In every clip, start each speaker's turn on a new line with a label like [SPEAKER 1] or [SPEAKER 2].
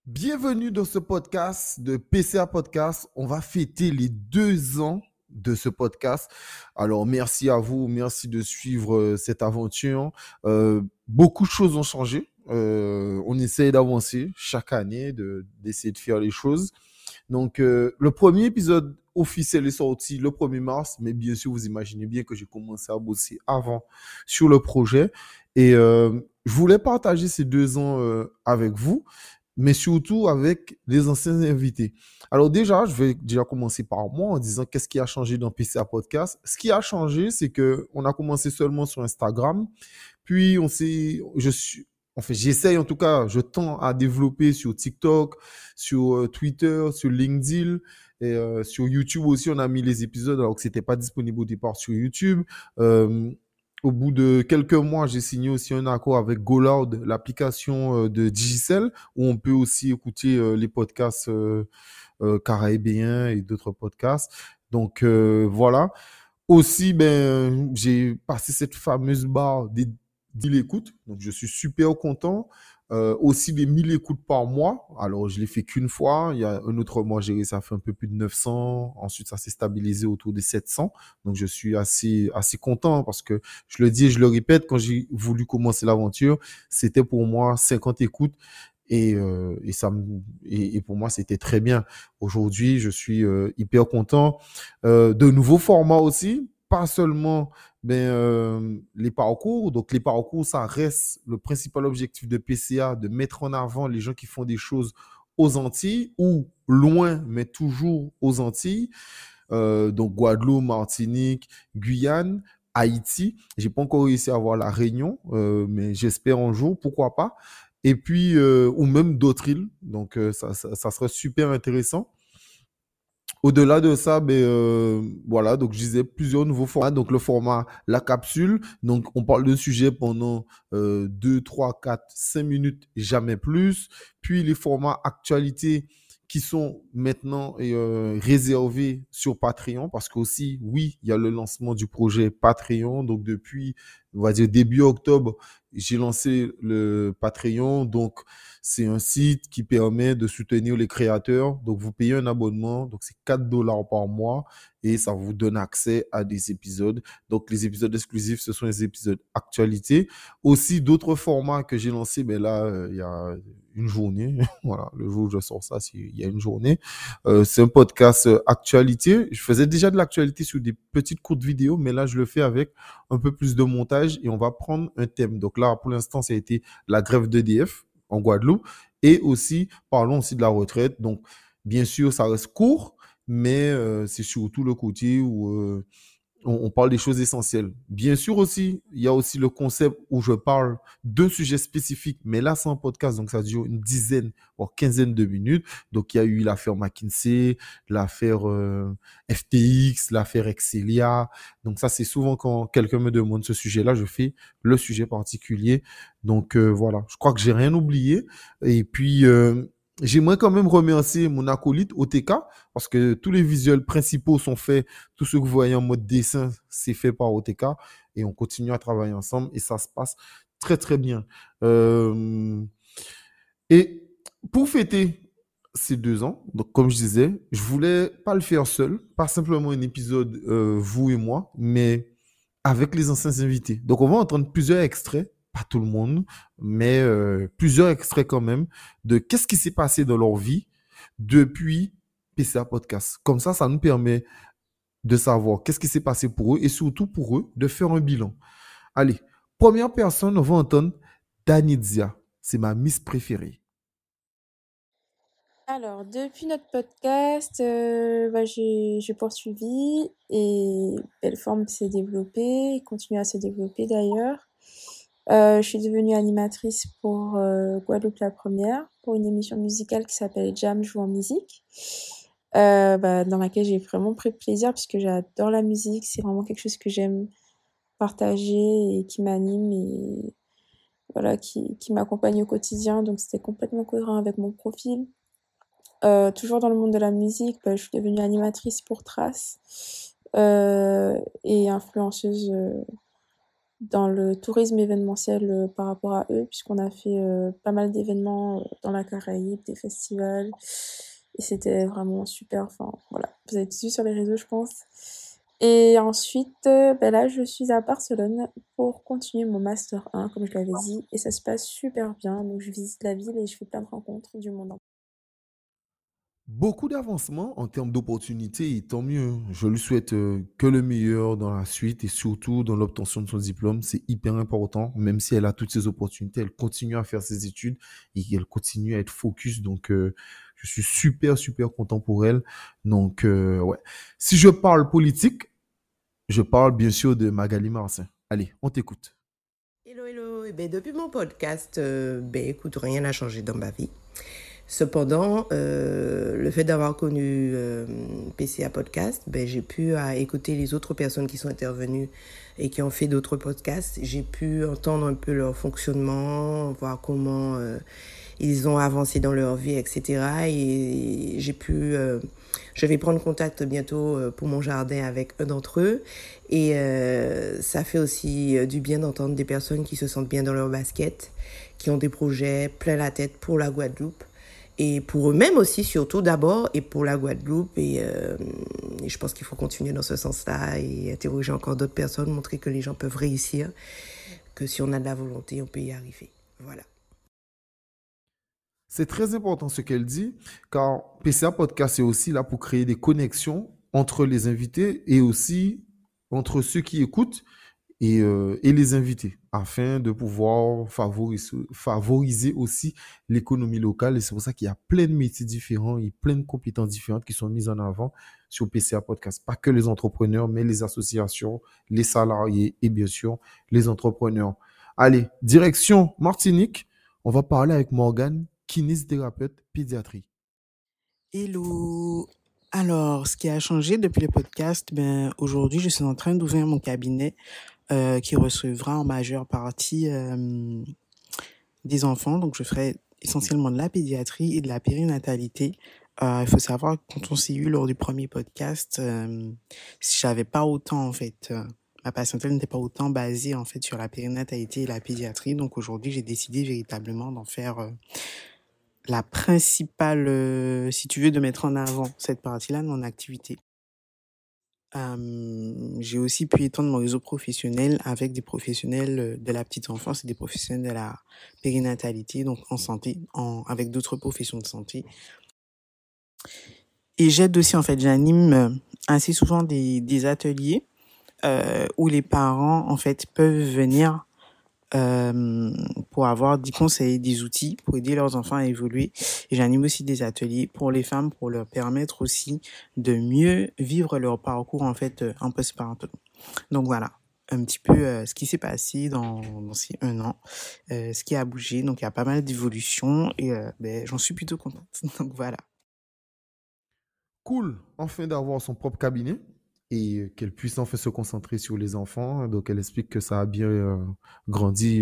[SPEAKER 1] Bienvenue dans ce podcast de PCA Podcast. On va fêter les 2 ans de ce podcast. Alors, merci à vous. Merci de suivre cette aventure. Beaucoup de choses ont changé. On essaye d'avancer chaque année, d'essayer de faire les choses. Donc, le premier épisode officiel est sorti le 1er mars, mais bien sûr, vous imaginez bien que j'ai commencé à bosser avant sur le projet. Et je voulais partager ces 2 ans avec vous, mais surtout avec les anciens invités. Alors déjà, je vais déjà commencer par moi en disant qu'est-ce qui a changé dans PCA Podcast. Ce qui a changé, c'est que on a commencé seulement sur Instagram, puis j'essaye en tout cas, je tends à développer sur TikTok, sur Twitter, sur LinkedIn et sur YouTube aussi. On a mis les épisodes alors que c'était pas disponible au départ sur YouTube. Euh, Au bout de quelques mois, j'ai signé aussi un accord avec GoLoud, l'application de Digicel, où on peut aussi écouter les podcasts caribéens et d'autres podcasts. Donc voilà. Aussi, j'ai passé cette fameuse barre des 1000 écoutes. Donc, je suis super content. Aussi des 1000 écoutes par mois. Alors, je l'ai fait qu'une fois. Il y a un autre mois, j'ai réussi à faire un peu plus de 900. Ensuite, ça s'est stabilisé autour des 700. Donc, je suis assez content parce que je le dis et je le répète, quand j'ai voulu commencer l'aventure, c'était pour moi 50 écoutes. Et pour moi, c'était très bien. Aujourd'hui, je suis hyper content. De nouveaux formats aussi, pas seulement les parcours. Donc, les parcours, ça reste le principal objectif de PCA, de mettre en avant les gens qui font des choses aux Antilles ou loin, mais toujours aux Antilles. Donc, Guadeloupe, Martinique, Guyane, Haïti. J'ai pas encore réussi à avoir la Réunion, mais j'espère un jour, pourquoi pas. Et puis, ou même d'autres îles. Donc, ça serait super intéressant. Au-delà de ça, voilà, donc je disais plusieurs nouveaux formats. Donc le format la capsule, donc on parle de sujet pendant 2, 3, 4, 5 minutes, jamais plus. Puis les formats actualité qui sont maintenant réservés sur Patreon, parce qu'aussi, oui, il y a le lancement du projet Patreon. Donc depuis, on va dire début octobre, j'ai lancé le Patreon. Donc c'est un site qui permet de soutenir les créateurs. Donc, vous payez un abonnement. Donc, c'est 4 dollars par mois et ça vous donne accès à des épisodes. Donc, les épisodes exclusifs, ce sont les épisodes actualité. Aussi, d'autres formats que j'ai lancés, là, il y a une journée. Voilà, le jour où je sors ça, il y a une journée. C'est un podcast actualité. Je faisais déjà de l'actualité sur des petites courtes vidéos, mais là, je le fais avec un peu plus de montage et on va prendre un thème. Donc là, pour l'instant, ça a été la grève d'EDF en Guadeloupe. Et aussi, parlons aussi de la retraite. Donc, bien sûr, ça reste court, mais c'est surtout le côté où on parle des choses essentielles. Bien sûr aussi, il y a aussi le concept où je parle d'un sujet spécifique, mais là, c'est un podcast, donc ça dure une dizaine, voire quinzaine de minutes. Donc, il y a eu l'affaire McKinsey, l'affaire FTX, l'affaire Excelia. Donc, ça, c'est souvent quand quelqu'un me demande ce sujet-là, je fais le sujet particulier. Donc, voilà, je crois que j'ai rien oublié. Et puis, j'aimerais quand même remercier mon acolyte OTK parce que tous les visuels principaux sont faits. Tout ce que vous voyez en mode dessin, c'est fait par OTK et on continue à travailler ensemble et ça se passe très très bien. Euh, et pour fêter ces 2 ans, donc comme je disais, je voulais pas le faire seul, pas simplement un épisode vous et moi, mais avec les anciens invités. Donc on va entendre plusieurs extraits, pas tout le monde, mais plusieurs extraits quand même de qu'est-ce qui s'est passé dans leur vie depuis PCA Podcast. Comme ça nous permet de savoir qu'est-ce qui s'est passé pour eux et surtout pour eux de faire un bilan. Allez, première personne, on va entendre Danidia. C'est ma miss préférée.
[SPEAKER 2] Alors, depuis notre podcast, j'ai poursuivi et Belleforme s'est développée, continue à se développer d'ailleurs. Je suis devenue animatrice pour Guadeloupe la première, pour une émission musicale qui s'appelle Jam Joue en musique, dans laquelle j'ai vraiment pris plaisir parce que j'adore la musique, c'est vraiment quelque chose que j'aime partager et qui m'anime et voilà, qui m'accompagne au quotidien, donc c'était complètement cohérent avec mon profil. Toujours dans le monde de la musique, je suis devenue animatrice pour Trace et influenceuse dans le tourisme événementiel par rapport à eux, puisqu'on a fait pas mal d'événements dans la Caraïbe, des festivals, et c'était vraiment super. Enfin, voilà, vous avez tous vu sur les réseaux, je pense. Et ensuite, ben là, je suis à Barcelone pour continuer mon Master 1, comme je l'avais dit, et ça se passe super bien. Donc, je visite la ville et je fais plein de rencontres du monde.
[SPEAKER 1] Beaucoup d'avancement en termes d'opportunités et tant mieux. Je lui souhaite que le meilleur dans la suite et surtout dans l'obtention de son diplôme. C'est hyper important. Même si elle a toutes ces opportunités, elle continue à faire ses études et elle continue à être focus. Donc, je suis super, super content pour elle. Donc, ouais. Si je parle politique, je parle bien sûr de Magali Marcin. Allez, on t'écoute.
[SPEAKER 3] Hello, hello. Eh ben, depuis mon podcast, écoute, rien n'a changé dans ma vie. Cependant, le fait d'avoir connu PCA Podcast, j'ai pu écouter les autres personnes qui sont intervenues et qui ont fait d'autres podcasts. J'ai pu entendre un peu leur fonctionnement, voir comment ils ont avancé dans leur vie, etc. Et je vais prendre contact bientôt pour mon jardin avec un d'entre eux. Et ça fait aussi du bien d'entendre des personnes qui se sentent bien dans leur basket, qui ont des projets plein la tête pour la Guadeloupe. Et pour eux-mêmes aussi, surtout d'abord, et pour la Guadeloupe. Et je pense qu'il faut continuer dans ce sens-là et interroger encore d'autres personnes, montrer que les gens peuvent réussir, que si on a de la volonté, on peut y arriver. Voilà.
[SPEAKER 1] C'est très important ce qu'elle dit, car PCA Podcast est aussi là pour créer des connexions entre les invités et aussi entre ceux qui écoutent et les invités, afin de pouvoir favoriser aussi l'économie locale. Et c'est pour ça qu'il y a plein de métiers différents et plein de compétences différentes qui sont mises en avant sur PCA Podcast. Pas que les entrepreneurs, mais les associations, les salariés et bien sûr les entrepreneurs. Allez, direction Martinique. On va parler avec Morgane, kinésithérapeute pédiatrie.
[SPEAKER 4] Hello. Alors, ce qui a changé depuis le podcast, aujourd'hui, je suis en train d'ouvrir mon cabinet qui recevra en majeure partie des enfants. Donc, je ferai essentiellement de la pédiatrie et de la périnatalité. Il faut savoir que quand on s'est eu lors du premier podcast, j'avais pas autant, en fait, ma patientèle n'était pas autant basée, en fait, sur la périnatalité et la pédiatrie. Donc, aujourd'hui, j'ai décidé véritablement d'en faire la principale, si tu veux, de mettre en avant cette partie-là de mon activité. J'ai aussi pu étendre mon réseau professionnel avec des professionnels de la petite enfance et des professionnels de la périnatalité, donc en santé, avec d'autres professions de santé. Et j'aide aussi, en fait, j'anime assez souvent des ateliers où les parents, en fait, peuvent venir pour avoir des conseils, des outils pour aider leurs enfants à évoluer. Et j'anime aussi des ateliers pour les femmes pour leur permettre aussi de mieux vivre leur parcours en fait en postpartum. Donc voilà, un petit peu ce qui s'est passé dans ces 1 an, ce qui a bougé. Donc il y a pas mal d'évolutions et j'en suis plutôt contente. Donc voilà.
[SPEAKER 1] Cool, enfin d'avoir son propre cabinet et qu'elle puisse enfin se concentrer sur les enfants. Donc, elle explique que ça a bien grandi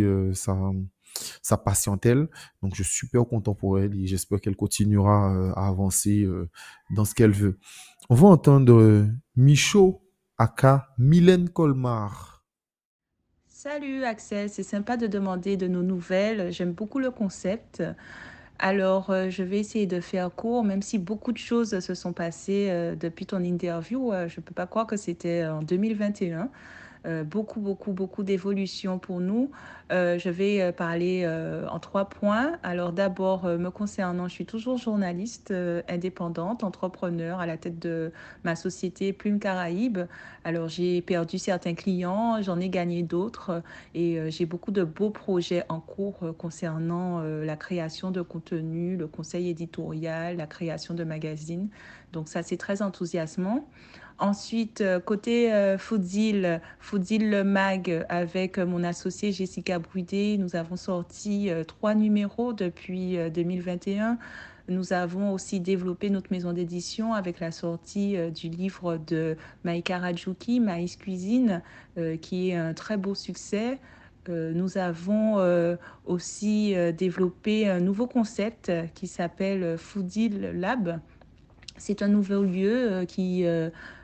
[SPEAKER 1] sa patientèle. Donc, je suis super content pour elle et j'espère qu'elle continuera à avancer dans ce qu'elle veut. On va entendre Michaud aka Mylène Colmar.
[SPEAKER 5] Salut Axel, c'est sympa de demander de nos nouvelles. J'aime beaucoup le concept. Alors, je vais essayer de faire court, même si beaucoup de choses se sont passées depuis ton interview. Je ne peux pas croire que c'était en 2021. Beaucoup, beaucoup, beaucoup d'évolutions pour nous. Je vais parler en 3 points. Alors d'abord, me concernant, je suis toujours journaliste indépendante, entrepreneur à la tête de ma société Plume Caraïbes. Alors j'ai perdu certains clients, j'en ai gagné d'autres et j'ai beaucoup de beaux projets en cours concernant la création de contenu, le conseil éditorial, la création de magazines. Donc ça, c'est très enthousiasmant. Ensuite, côté Foodzil le Mag, avec mon associée Jessica Brudet, nous avons sorti 3 numéros depuis 2021. Nous avons aussi développé notre maison d'édition avec la sortie du livre de Maïka Radjouki, Maïs Cuisine, qui est un très beau succès. Nous avons aussi développé un nouveau concept qui s'appelle Foodil Lab. C'est un nouveau lieu qui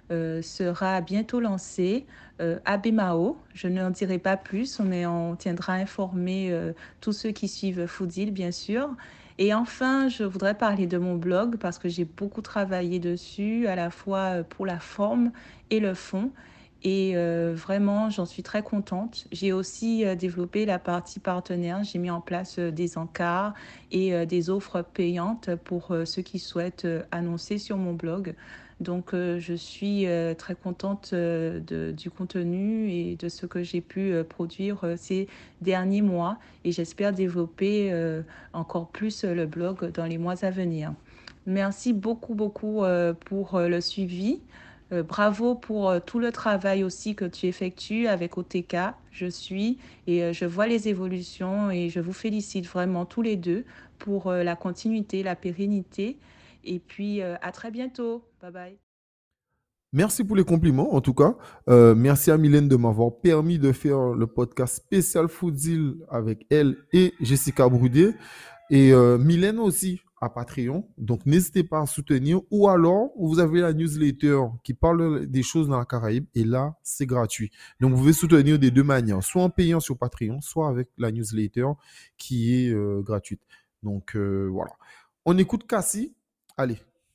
[SPEAKER 5] sera bientôt lancé. Abemao, je n'en dirai pas plus, mais on tiendra informé tous ceux qui suivent Foodil, bien sûr. Et enfin, je voudrais parler de mon blog parce que j'ai beaucoup travaillé dessus, à la fois pour la forme et le fond. Et vraiment, j'en suis très contente. J'ai aussi développé la partie partenaire. J'ai mis en place des encarts et des offres payantes pour ceux qui souhaitent annoncer sur mon blog. Donc, je suis très contente du contenu et de ce que j'ai pu produire ces derniers mois. Et j'espère développer encore plus le blog dans les mois à venir. Merci beaucoup, beaucoup pour le suivi. Bravo pour tout le travail aussi que tu effectues avec OTK. Je suis et je vois les évolutions et je vous félicite vraiment tous les deux pour la continuité, la pérennité. Et puis à très bientôt. Bye bye.
[SPEAKER 1] Merci pour les compliments, en tout cas. Merci à Mylène de m'avoir permis de faire le podcast spécial Foodil avec elle et Jessica Broudet. Et Mylène aussi à Patreon. Donc, n'hésitez pas à soutenir. Ou alors, vous avez la newsletter qui parle des choses dans la Caraïbe. Et là, c'est gratuit. Donc, vous pouvez soutenir des deux manières. Soit en payant sur Patreon, soit avec la newsletter qui est gratuite. Donc, voilà. On écoute Cassie. Allez.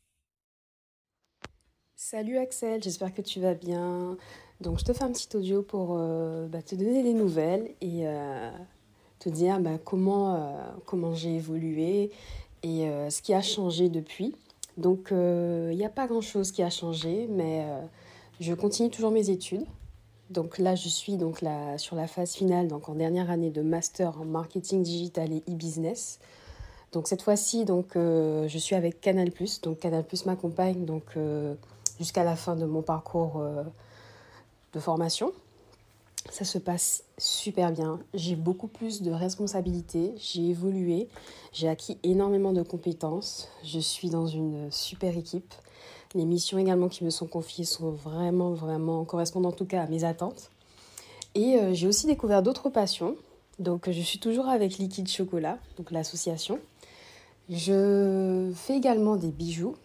[SPEAKER 6] Salut Axel, j'espère que tu vas bien. Donc je te fais un petit audio pour te donner des nouvelles et te dire comment j'ai évolué et ce qui a changé depuis. Donc il n'y a pas grand-chose qui a changé, mais je continue toujours mes études. Donc là, je suis sur la phase finale, donc en dernière année de master en marketing digital et e-business. Donc cette fois-ci, je suis avec Canal+. Donc Canal+ m'accompagne jusqu'à la fin de mon parcours de formation. Ça se passe super bien. J'ai beaucoup plus de responsabilités. J'ai évolué. J'ai acquis énormément de compétences. Je suis dans une super équipe. Les missions également qui me sont confiées sont vraiment, vraiment correspondent en tout cas à mes attentes. Et j'ai aussi découvert d'autres passions. Donc je suis toujours avec Liquide Chocolat, donc l'association. Je fais également des bijoux.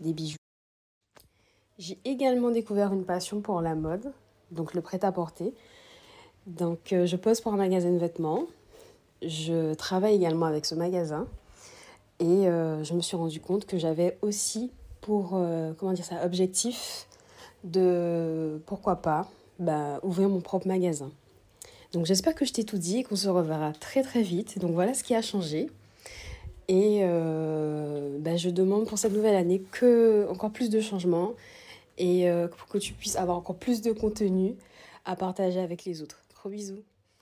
[SPEAKER 6] J'ai également découvert une passion pour la mode, donc le prêt-à-porter. Donc je pose pour un magasin de vêtements. Je travaille également avec ce magasin. Et je me suis rendu compte que j'avais aussi pour objectif de, pourquoi pas, ouvrir mon propre magasin. Donc j'espère que je t'ai tout dit et qu'on se reverra très très vite. Donc voilà ce qui a changé. Et je demande pour cette nouvelle année encore plus de changements et pour que tu puisses avoir encore plus de contenu à partager avec les autres. Gros bisous.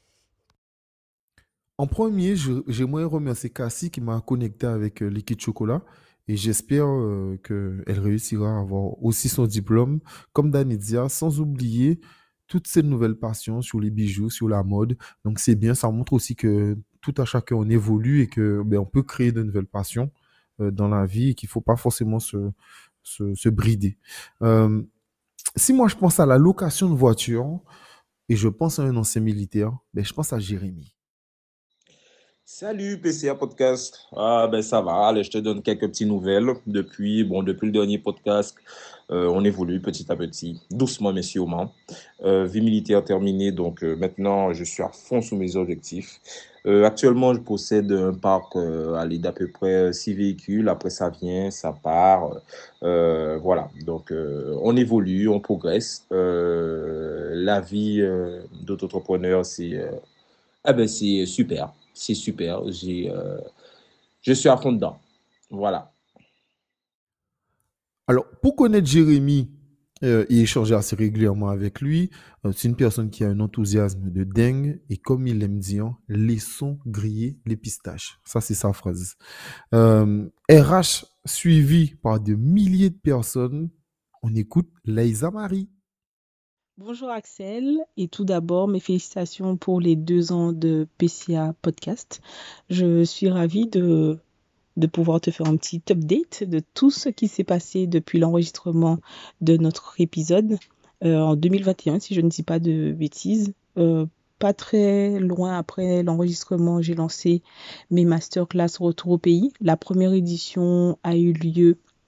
[SPEAKER 1] En premier, j'aimerais remercier Cassie qui m'a connecté avec Liquide Chocolat et j'espère qu'elle réussira à avoir aussi son diplôme comme Danidia, sans oublier toutes ces nouvelles passions sur les bijoux, sur la mode. Donc c'est bien, ça montre aussi que tout à chacun on évolue et que on peut créer de nouvelles passions dans la vie et qu'il ne faut pas forcément se brider. Si moi je pense à la location de voiture et je pense à un ancien militaire, je pense à Jérémy.
[SPEAKER 7] Salut PCA Podcast. Ça va. Allez, je te donne quelques petites nouvelles. Depuis le dernier podcast, on évolue petit à petit, doucement mais sûrement. Vie militaire terminée, donc maintenant je suis à fond sous mes objectifs. Actuellement, je possède un parc d'à peu près 6 véhicules. Après, ça vient, ça part. Voilà, donc on évolue, on progresse. La vie d'auto-entrepreneur, c'est super. C'est super. Je suis à fond dedans. Voilà.
[SPEAKER 1] Alors, pour connaître Jérémy et échanger assez régulièrement avec lui, c'est une personne qui a un enthousiasme de dingue et comme il aime dire, laissons griller les pistaches. Ça, c'est sa phrase. RH suivi par de milliers de personnes. On écoute Leïsa Marie.
[SPEAKER 8] Bonjour Axel, et tout d'abord mes félicitations pour les 2 ans de PCA Podcast. Je suis ravie de pouvoir te faire un petit update de tout ce qui s'est passé depuis l'enregistrement de notre épisode en 2021, si je ne dis pas de bêtises. Pas très loin après l'enregistrement, j'ai lancé mes masterclass Retour au pays. La première édition a eu lieu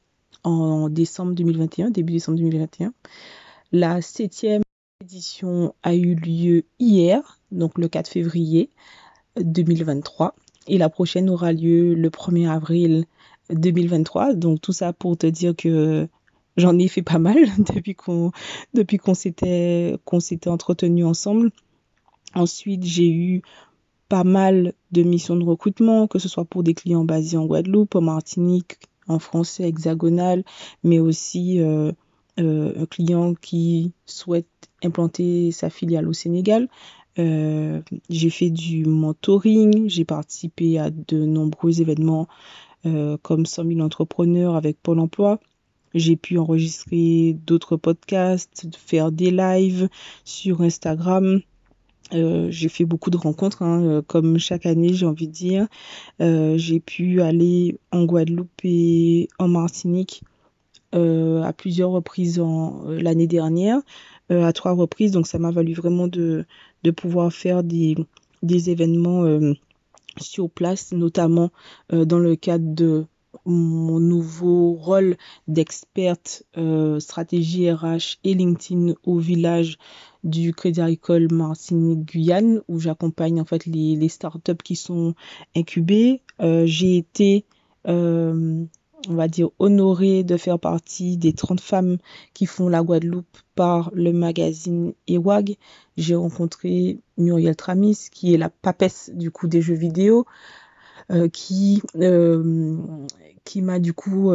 [SPEAKER 8] en décembre 2021, début décembre 2021. La 7e édition a eu lieu hier, donc le 4 février 2023. Et la prochaine aura lieu le 1er avril 2023. Donc tout ça pour te dire que j'en ai fait pas mal depuis qu'on s'était entretenu ensemble. Ensuite, j'ai eu pas mal de missions de recrutement, que ce soit pour des clients basés en Guadeloupe, en Martinique, en français hexagonal, mais aussi un client qui souhaite implanter sa filiale au Sénégal. J'ai fait du mentoring, j'ai participé à de nombreux événements comme 100 000 entrepreneurs avec Pôle emploi. J'ai pu enregistrer d'autres podcasts, faire des lives sur Instagram. J'ai fait beaucoup de rencontres, comme chaque année, j'ai envie de dire. J'ai pu aller en Guadeloupe et en Martinique à plusieurs reprises l'année dernière, à 3 reprises. Donc, ça m'a valu vraiment de pouvoir faire des événements sur place, notamment dans le cadre de mon nouveau rôle d'experte stratégie RH et LinkedIn au village du Crédit Agricole Martinique-Guyane, où j'accompagne en fait les startups qui sont incubées. J'ai été, on va dire, honorée de faire partie des 30 femmes qui font la Guadeloupe par le magazine EWAG. J'ai rencontré Muriel Tramis, qui est la papesse du coup des jeux vidéo, qui m'a du coup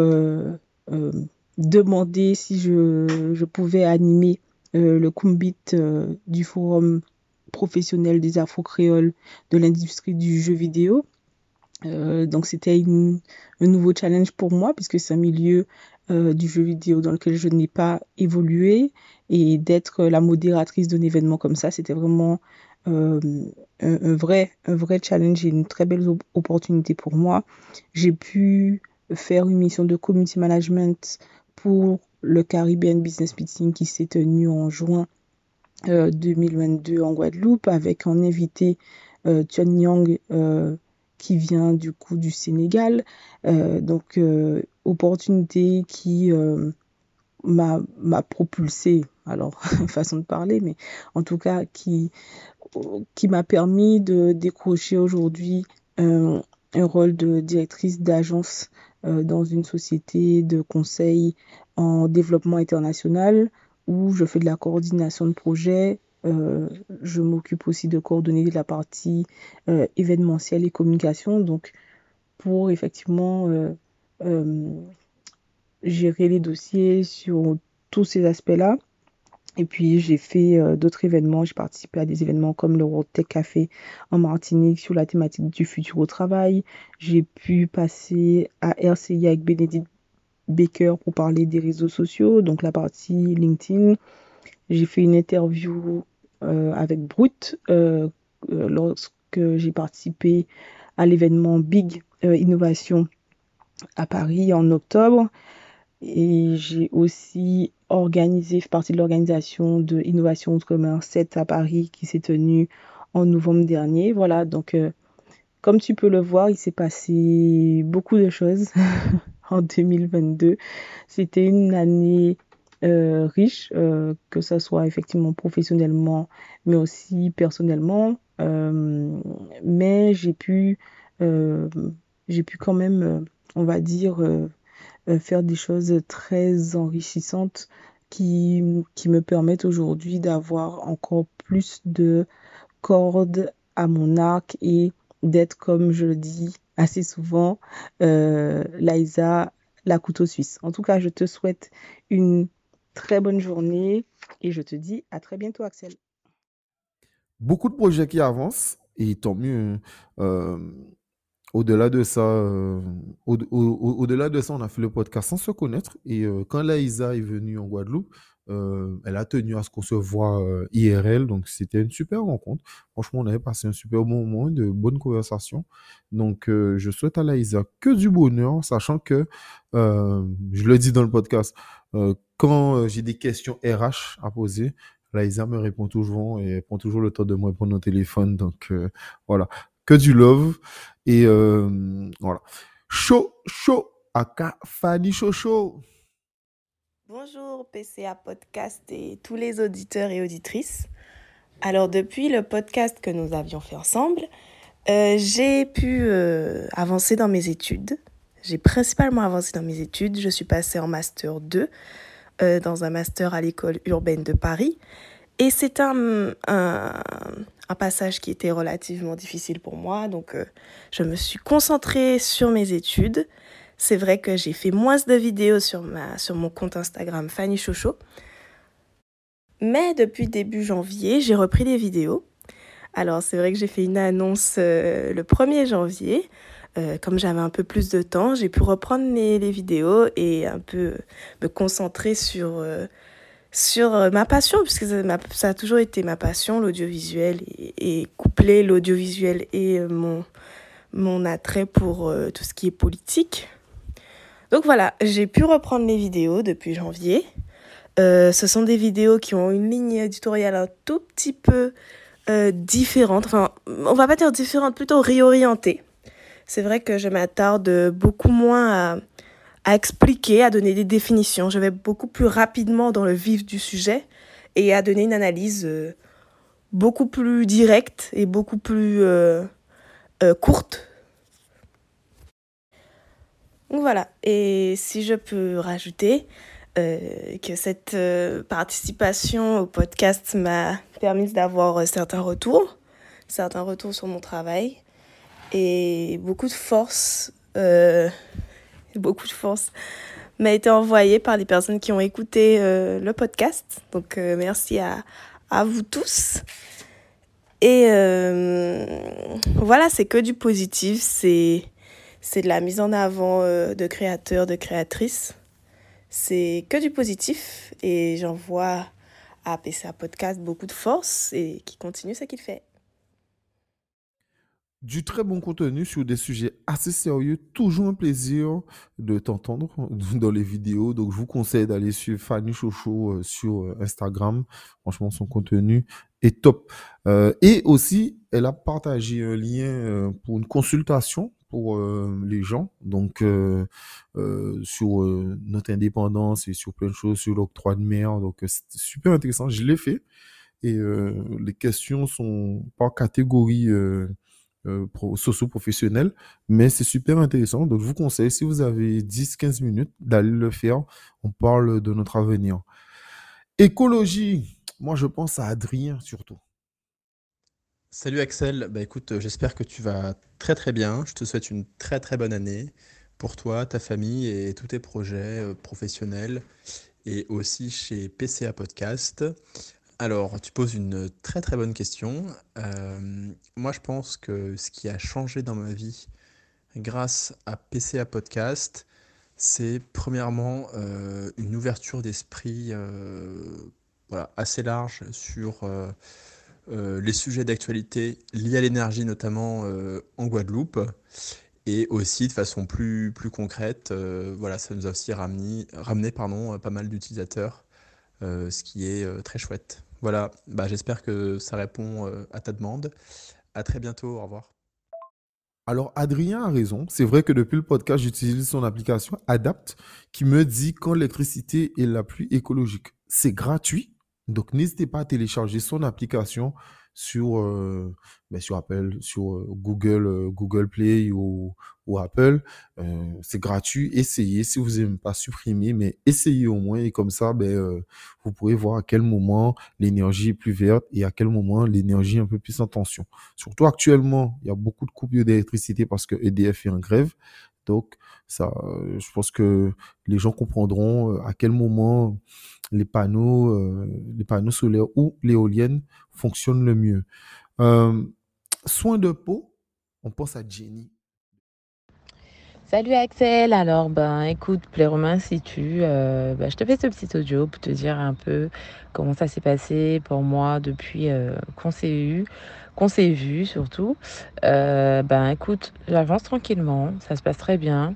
[SPEAKER 8] demandé si je pouvais animer le Kumbit du forum professionnel des Afro-Créoles de l'industrie du jeu vidéo. Donc c'était un nouveau challenge pour moi, puisque c'est un milieu du jeu vidéo dans lequel je n'ai pas évolué, et d'être la modératrice d'un événement comme ça, c'était vraiment un vrai challenge et une très belle opportunité pour moi. J'ai pu faire une mission de community management pour le Caribbean Business Meeting qui s'est tenu en juin 2022 en Guadeloupe, avec en invité Tuan Yang, qui vient du coup du Sénégal. Donc, opportunité qui m'a propulsée, alors, façon de parler, mais en tout cas, qui m'a permis de décrocher aujourd'hui un rôle de directrice d'agence dans une société de conseil en développement international, où je fais de la coordination de projets. Je m'occupe aussi de coordonner la partie événementielle et communication, donc pour effectivement gérer les dossiers sur tous ces aspects-là. Et puis, j'ai fait d'autres événements. J'ai participé à des événements comme le World Tech Café en Martinique sur la thématique du futur au travail. J'ai pu passer à RCI avec Bénédicte Baker pour parler des réseaux sociaux, donc la partie LinkedIn. J'ai fait une interview avec Brut lorsque j'ai participé à l'événement Big Innovation à Paris en octobre. Et j'ai aussi fait partie de l'organisation de Innovation Outre-mer 7 à Paris qui s'est tenue en novembre dernier. Voilà, donc comme tu peux le voir, il s'est passé beaucoup de choses en 2022. C'était une année riche, que ce soit effectivement professionnellement, mais aussi personnellement. Mais j'ai pu quand même, on va dire, faire des choses très enrichissantes qui me permettent aujourd'hui d'avoir encore plus de cordes à mon arc et d'être, comme je le dis assez souvent, Liza, la couteau suisse. En tout cas, je te souhaite une très bonne journée et je te dis à très bientôt, Axel.
[SPEAKER 1] Beaucoup de projets qui avancent et tant mieux. Au-delà de ça, au-delà de ça, on a fait le podcast sans se connaître. Et quand Laïsa est venue en Guadeloupe, elle a tenu à ce qu'on se voit IRL. Donc, c'était une super rencontre. Franchement, on avait passé un super bon moment, de bonnes conversations. Donc, je souhaite à Laïsa que du bonheur, sachant que, je le dis dans le podcast, quand j'ai des questions RH à poser, Laïsa me répond toujours et elle prend toujours le temps de me répondre au téléphone. Donc, voilà. Que du love. Et voilà. Chaud, aka Fanny Chocho.
[SPEAKER 3] Bonjour PCA Podcast et tous les auditeurs et auditrices. Alors depuis le podcast que nous avions fait ensemble, j'ai pu avancer dans mes études. J'ai principalement avancé dans mes études. Je suis passée en Master 2 dans un master à l'école urbaine de Paris. Et c'est un passage qui était relativement difficile pour moi. Donc je me suis concentrée sur mes études. C'est vrai que j'ai fait moins de vidéos sur mon compte Instagram Fanny Chocho. Mais depuis début janvier, j'ai repris des vidéos. Alors c'est vrai que j'ai fait une annonce le 1er janvier. Comme j'avais un peu plus de temps, j'ai pu reprendre les vidéos et un peu me concentrer sur ma passion, puisque ça a toujours été ma passion, l'audiovisuel, et coupler l'audiovisuel et mon attrait pour tout ce qui est politique. Donc voilà, j'ai pu reprendre les vidéos depuis janvier. Ce sont des vidéos qui ont une ligne éditoriale un tout petit peu différente. Enfin, on va pas dire différente, plutôt réorientée. C'est vrai que je m'attarde beaucoup moins à expliquer, à donner des définitions. Je vais beaucoup plus rapidement dans le vif du sujet et à donner une analyse beaucoup plus directe et beaucoup plus courte. Donc voilà, et si je peux rajouter que cette participation au podcast m'a permis d'avoir certains retours sur mon travail et beaucoup de force m'a été envoyée par les personnes qui ont écouté le podcast. Donc merci à vous tous. Et voilà, c'est que du positif, c'est de la mise en avant de créateurs, de créatrices. C'est que du positif et j'envoie à PCA Podcast beaucoup de force et qui continue ce qu'il fait.
[SPEAKER 1] Du très bon contenu sur des sujets assez sérieux. Toujours un plaisir de t'entendre dans les vidéos. Donc, je vous conseille d'aller sur Fanny Chocho sur Instagram. Franchement, son contenu est top. Et aussi, elle a partagé un lien pour une consultation pour les gens. Donc, sur notre indépendance et sur plein de choses, sur l'octroi de mer. Donc, c'était super intéressant. Je l'ai fait. Et les questions sont par catégorie socio-professionnel, mais c'est super intéressant. Donc, je vous conseille, si vous avez 10-15 minutes, d'aller le faire. On parle de notre avenir. Écologie, moi, je pense à Adrien surtout.
[SPEAKER 9] Salut Axel, bah écoute, j'espère que tu vas très très bien. Je te souhaite une très très bonne année pour toi, ta famille et tous tes projets professionnels et aussi chez PCA Podcast. Alors, tu poses une très très bonne question. Moi, je pense que ce qui a changé dans ma vie grâce à PCA Podcast, c'est premièrement une ouverture d'esprit voilà, assez large sur les sujets d'actualité liés à l'énergie, notamment en Guadeloupe, et aussi de façon plus concrète. Voilà, ça nous a aussi ramené pas mal d'utilisateurs, ce qui est très chouette. Voilà, bah, j'espère que ça répond à ta demande. À très bientôt, au revoir.
[SPEAKER 1] Alors, Adrien a raison. C'est vrai que depuis le podcast, j'utilise son application Adapt qui me dit quand l'électricité est la plus écologique. C'est gratuit. Donc, n'hésitez pas à télécharger son application sur Apple, sur Google Play ou Apple. C'est gratuit. Essayez. Si vous n'aimez pas, supprimer, mais essayez au moins. Et comme ça, vous pourrez voir à quel moment l'énergie est plus verte et à quel moment l'énergie est un peu plus en tension. Surtout actuellement, il y a beaucoup de coupures d'électricité parce que EDF est en grève. Donc, ça, je pense que les gens comprendront à quel moment les panneaux solaires ou l'éolienne fonctionnent le mieux. Soins de peau, on pense à Jenny.
[SPEAKER 10] Salut Axel, alors écoute, Plairomain, si je te fais ce petit audio pour te dire un peu comment ça s'est passé pour moi depuis qu'on s'est vu surtout. Écoute, j'avance tranquillement, ça se passe très bien.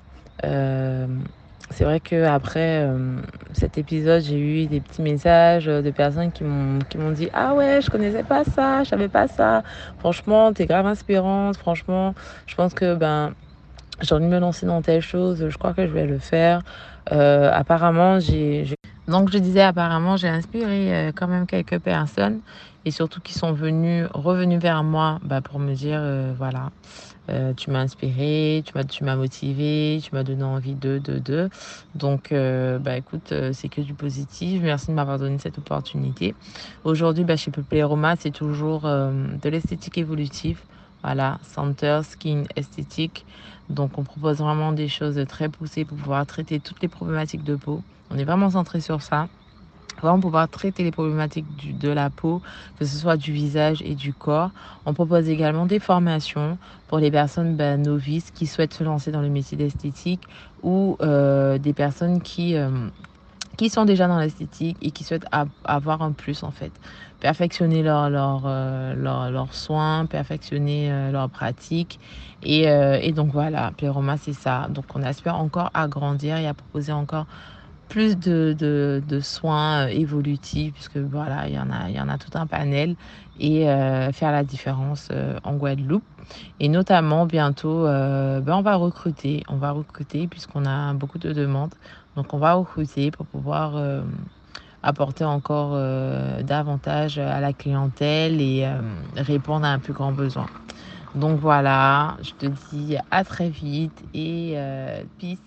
[SPEAKER 10] C'est vrai que après cet épisode, j'ai eu des petits messages de personnes qui m'ont dit ah ouais, je connaissais pas ça, je savais pas ça. Franchement, t'es grave inspirante. Franchement, je pense que j'ai envie de me lancer dans telle chose. Je crois que je vais le faire. Apparemment, j'ai Donc je disais apparemment j'ai inspiré, quand même quelques personnes et surtout qui sont revenus vers moi, pour me dire, voilà, tu m'as inspiré, tu m'as motivé, tu m'as donné envie de. Donc écoute, c'est que du positif. Merci de m'avoir donné cette opportunité. Aujourd'hui, chez Peuplé Roma, c'est toujours, de l'esthétique évolutive. Voilà, Center Skin Esthétique. Donc on propose vraiment des choses très poussées pour pouvoir traiter toutes les problématiques de peau. On est vraiment centré sur ça. Vraiment pouvoir traiter les problématiques de la peau, que ce soit du visage et du corps. On propose également des formations pour les personnes novices qui souhaitent se lancer dans le métier d'esthétique ou des personnes qui sont déjà dans l'esthétique et qui souhaitent avoir un plus en fait. Perfectionner leurs soins, perfectionner leurs pratiques. Et donc voilà, Pléroma c'est ça. Donc on espère encore agrandir et à proposer encore plus de soins évolutifs, puisque voilà, il y en a tout un panel, et faire la différence en Guadeloupe. Et notamment, bientôt, on va recruter puisqu'on a beaucoup de demandes. Donc, on va recruter pour pouvoir apporter encore davantage à la clientèle et répondre à un plus grand besoin. Donc voilà, je te dis à très vite et peace.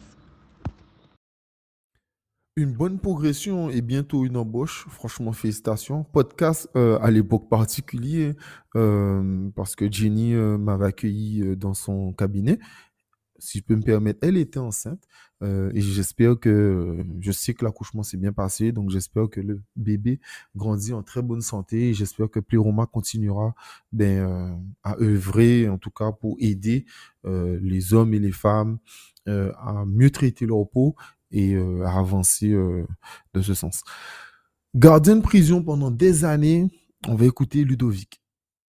[SPEAKER 1] Une bonne progression et bientôt une embauche. Franchement, félicitations. Podcast à l'époque particulier parce que Jenny m'avait accueilli dans son cabinet. Si je peux me permettre, elle était enceinte et j'espère je sais que l'accouchement s'est bien passé, donc j'espère que le bébé grandit en très bonne santé et j'espère que Pléroma continuera à œuvrer, en tout cas pour aider les hommes et les femmes à mieux traiter leur peau et à avancer de ce sens. Gardien de prison pendant des années, on va écouter Ludovic.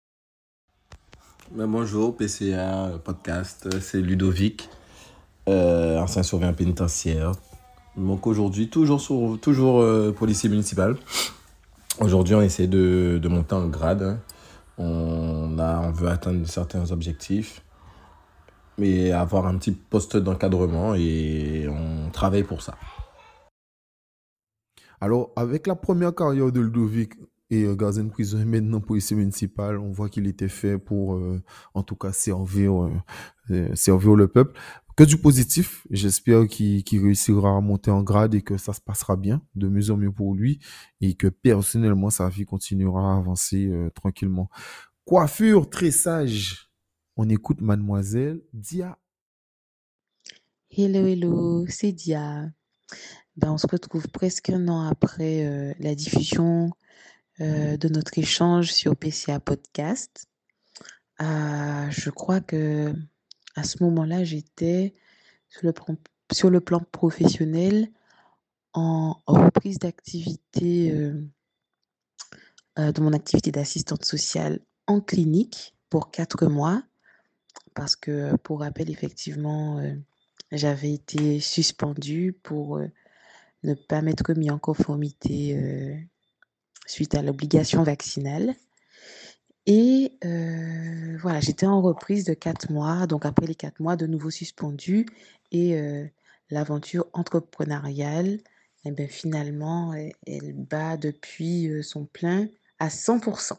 [SPEAKER 11] Bonjour, PCA Podcast, c'est Ludovic, ancien surveillant pénitentiaire. Donc aujourd'hui, toujours policier municipal. Aujourd'hui, on essaie de monter en grade. Hein. On veut atteindre certains objectifs, mais avoir un petit poste d'encadrement et on travaille pour ça.
[SPEAKER 1] Alors, avec la première carrière de Ludovic et gardien de prison et maintenant policier municipal, on voit qu'il était fait pour, en tout cas, servir le peuple. Que du positif. J'espère qu'il réussira à monter en grade et que ça se passera bien, de mieux en mieux pour lui, et que personnellement, sa vie continuera à avancer tranquillement. Coiffure, tressage. On écoute Mademoiselle Dia.
[SPEAKER 12] Hello, c'est Dia. On se retrouve presque un an après la diffusion de notre échange sur PCA Podcast. Je crois que à ce moment-là, j'étais sur le plan professionnel en reprise d'activité de mon activité d'assistante sociale en clinique pour 4 mois. Parce que, pour rappel, effectivement, j'avais été suspendue pour ne pas m'être mis en conformité suite à l'obligation vaccinale. Et voilà, j'étais en reprise de 4 mois. Donc après les 4 mois, de nouveau suspendue. Et l'aventure entrepreneuriale, finalement, elle bat depuis son plein à 100%.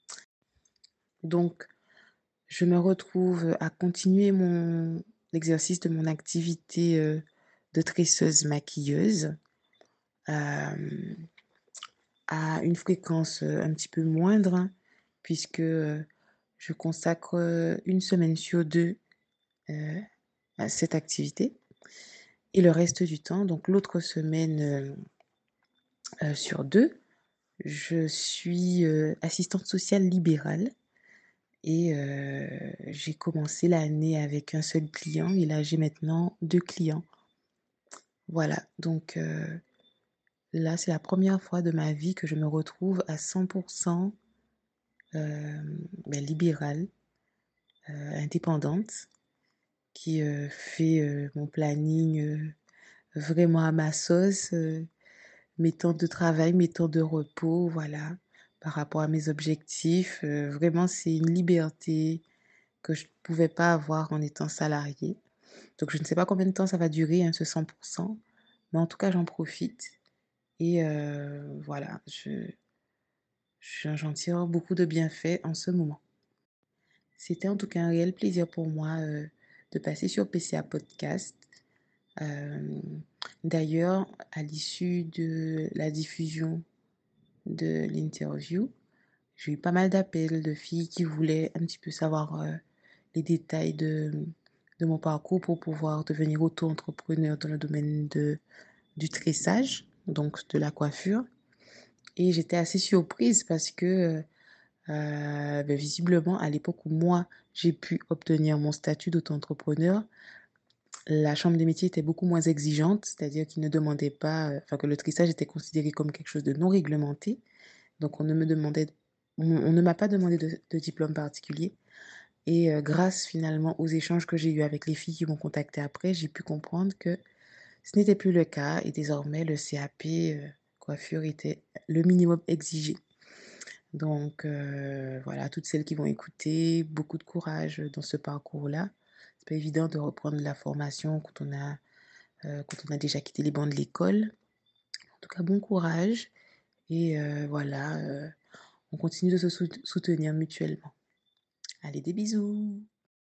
[SPEAKER 12] Donc, je me retrouve à continuer l'exercice de mon activité de tresseuse maquilleuse à une fréquence un petit peu moindre, hein, puisque je consacre une semaine sur 2 à cette activité. Et le reste du temps, donc l'autre semaine sur 2, je suis assistante sociale libérale. Et j'ai commencé l'année avec un seul client et là, j'ai maintenant 2 clients. Voilà, donc là, c'est la première fois de ma vie que je me retrouve à 100% libérale, indépendante, qui fait mon planning vraiment à ma sauce, mes temps de travail, mes temps de repos, voilà, par rapport à mes objectifs. Vraiment, c'est une liberté que je ne pouvais pas avoir en étant salariée. Donc, je ne sais pas combien de temps ça va durer, hein, ce 100%, mais en tout cas, j'en profite. Et voilà, j'en tire beaucoup de bienfaits en ce moment. C'était en tout cas un réel plaisir pour moi de passer sur PCA Podcast. D'ailleurs, à l'issue de la diffusion de l'interview, j'ai eu pas mal d'appels de filles qui voulaient un petit peu savoir les détails de mon parcours pour pouvoir devenir auto-entrepreneur dans le domaine du tressage, donc de la coiffure. Et j'étais assez surprise parce que visiblement, à l'époque où moi, j'ai pu obtenir mon statut d'auto-entrepreneur, la chambre des métiers était beaucoup moins exigeante, c'est-à-dire qu'ils ne demandaient pas, enfin que le tressage était considéré comme quelque chose de non réglementé. Donc on ne m'a pas demandé de diplôme particulier. Et grâce finalement aux échanges que j'ai eus avec les filles qui m'ont contacté après, j'ai pu comprendre que ce n'était plus le cas et désormais le CAP coiffure était le minimum exigé. Donc voilà, toutes celles qui vont écouter, beaucoup de courage dans ce parcours-là. C'est pas évident de reprendre la formation quand on a déjà quitté les bancs de l'école. En tout cas, bon courage et voilà, on continue de se soutenir mutuellement. Allez, des bisous.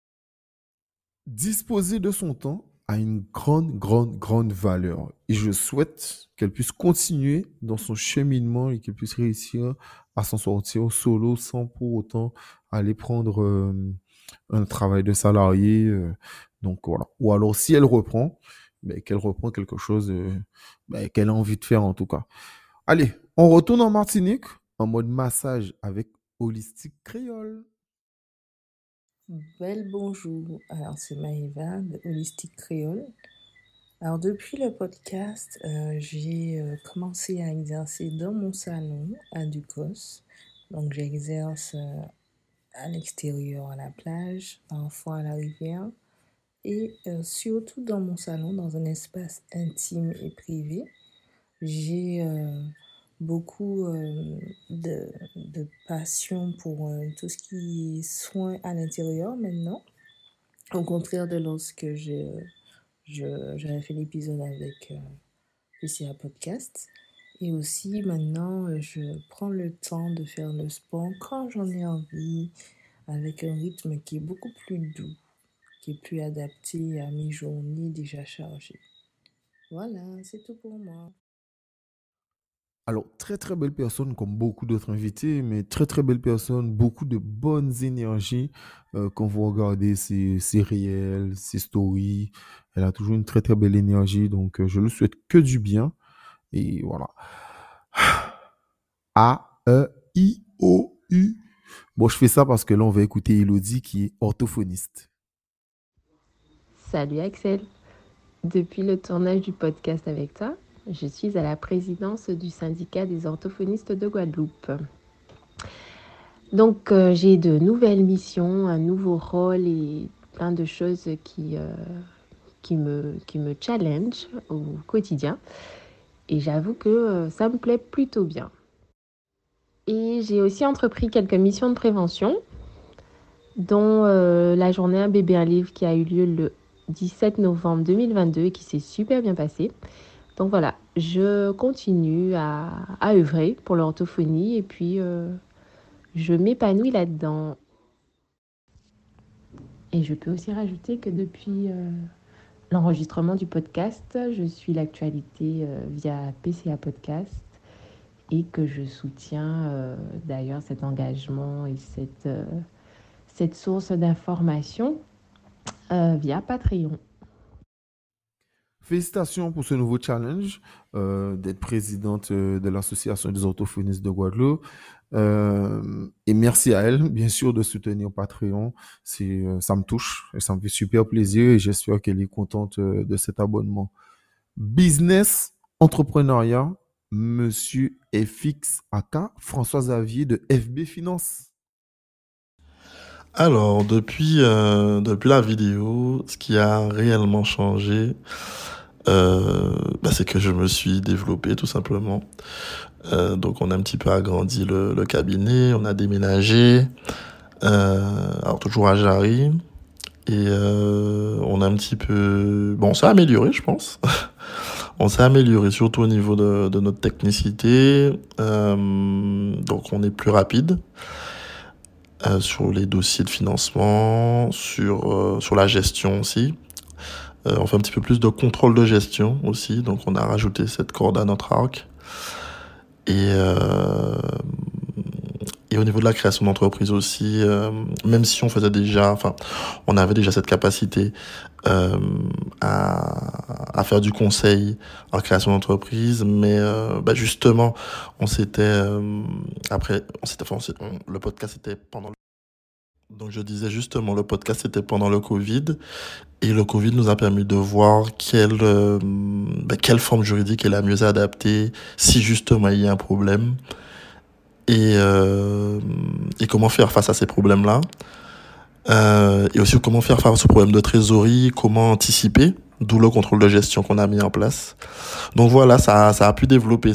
[SPEAKER 1] Disposer de son temps a une grande valeur. Et je souhaite qu'elle puisse continuer dans son cheminement et qu'elle puisse réussir à s'en sortir solo sans pour autant aller prendre un travail de salarié. Donc voilà. Ou alors, si elle reprend, qu'elle reprend quelque chose qu'elle a envie de faire en tout cas. Allez, on retourne en Martinique en mode massage avec Holistique Créole.
[SPEAKER 13] Bel bonjour, alors c'est Maëva de Holistique Créole. Alors depuis le podcast, j'ai commencé à exercer dans mon salon à Ducos. Donc j'exerce à l'extérieur, à la plage, parfois à la rivière et surtout dans mon salon, dans un espace intime et privé. J'ai beaucoup de passion pour tout ce qui est soins à l'intérieur maintenant. Au contraire de lorsque j'avais fait l'épisode avec PCA Podcast. Et aussi maintenant, je prends le temps de faire le sport quand j'en ai envie, avec un rythme qui est beaucoup plus doux, qui est plus adapté à mes journées déjà chargées. Voilà, c'est tout pour moi.
[SPEAKER 1] Alors, très belle personne, comme beaucoup d'autres invités, mais très belle personne, beaucoup de bonnes énergies. Quand vous regardez ses réels, ses stories, elle a toujours une très belle énergie. Donc, je ne souhaite que du bien. Et voilà. A-E-I-O-U. Bon, je fais ça parce que là, on va écouter Elodie qui est orthophoniste.
[SPEAKER 14] Salut Axel. Depuis le tournage du podcast avec toi, je suis à la présidence du syndicat des orthophonistes de Guadeloupe. Donc, j'ai de nouvelles missions, un nouveau rôle et plein de choses qui me challenge au quotidien. Et j'avoue que ça me plaît plutôt bien. Et j'ai aussi entrepris quelques missions de prévention, dont la journée Un bébé, un livre qui a eu lieu le 17 novembre 2022 et qui s'est super bien passé. Donc voilà, je continue à œuvrer pour l'orthophonie et puis je m'épanouis là-dedans. Et je peux aussi rajouter que depuis l'enregistrement du podcast, je suis l'actualité via PCA Podcast et que je soutiens d'ailleurs cet engagement et cette source d'information via Patreon.
[SPEAKER 1] Félicitations pour ce nouveau challenge d'être présidente de l'Association des orthophonistes de Guadeloupe. Et merci à elle, bien sûr, de soutenir Patreon. Ça me touche et ça me fait super plaisir et j'espère qu'elle est contente de cet abonnement. Business, entrepreneuriat, Monsieur FX aka François Xavier de FB Finance.
[SPEAKER 15] Alors, depuis la vidéo, ce qui a réellement changé, c'est que je me suis développé tout simplement. Donc, on a un petit peu agrandi le cabinet, on a déménagé, alors toujours à Jarry, et on a un petit peu... Bon, ça a amélioré, je pense. On s'est amélioré surtout au niveau de notre technicité. Donc on est plus rapide sur les dossiers de financement, sur la gestion aussi. On fait un petit peu plus de contrôle de gestion aussi, donc on a rajouté cette corde à notre arc. Et au niveau de la création d'entreprise aussi, même si on faisait déjà, enfin, on avait déjà cette capacité à faire du conseil en création d'entreprise, mais justement, le podcast était pendant. Donc je disais justement, le podcast était pendant le Covid, et le Covid nous a permis de voir quelle forme juridique est la mieux adaptée si justement il y a un problème. Et comment faire face à ces problèmes-là. Et aussi comment faire face aux problèmes de trésorerie, comment anticiper, d'où le contrôle de gestion qu'on a mis en place. Donc voilà, ça a pu développer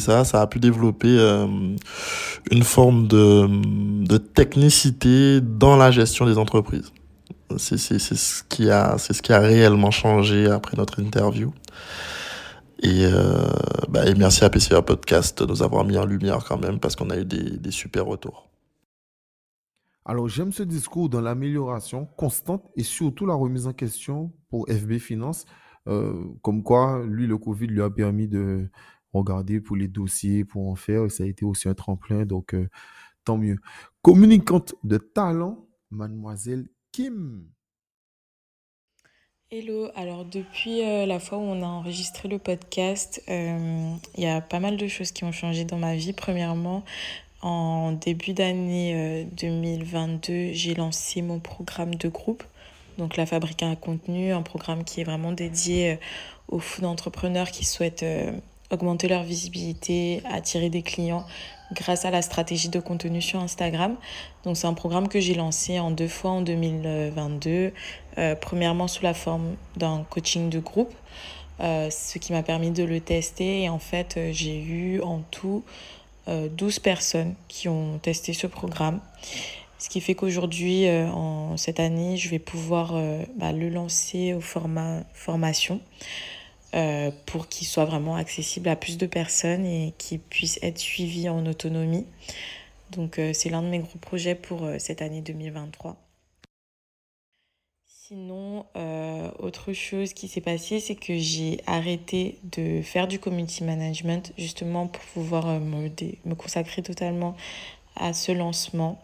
[SPEAKER 15] une forme de technicité dans la gestion des entreprises. C'est ce qui a réellement changé après notre interview. Et merci à PCA Podcast de nous avoir mis en lumière quand même, parce qu'on a eu des super retours.
[SPEAKER 1] Alors, j'aime ce discours dans l'amélioration constante et surtout la remise en question pour FB Finance. Comme quoi, lui, le Covid lui a permis de regarder pour les dossiers, pour en faire. Et ça a été aussi un tremplin, donc tant mieux. Communicante de talent, mademoiselle Kim.
[SPEAKER 16] Hello, alors depuis la fois où on a enregistré le podcast, il y a pas mal de choses qui ont changé dans ma vie. Premièrement, en début d'année 2022, j'ai lancé mon programme de groupe, donc la Fabrique à contenu, un programme qui est vraiment dédié aux food entrepreneurs qui souhaitent augmenter leur visibilité, attirer des clients grâce à la stratégie de contenu sur Instagram. Donc c'est un programme que j'ai lancé en 2 fois en 2022. Premièrement sous la forme d'un coaching de groupe, ce qui m'a permis de le tester. Et en fait, j'ai eu en tout 12 personnes qui ont testé ce programme. Ce qui fait qu'aujourd'hui, en cette année, je vais pouvoir le lancer au format formation pour qu'il soit vraiment accessible à plus de personnes et qu'il puisse être suivi en autonomie. Donc c'est l'un de mes gros projets pour cette année 2023. Sinon, autre chose qui s'est passée, c'est que j'ai arrêté de faire du community management justement pour pouvoir me consacrer totalement à ce lancement.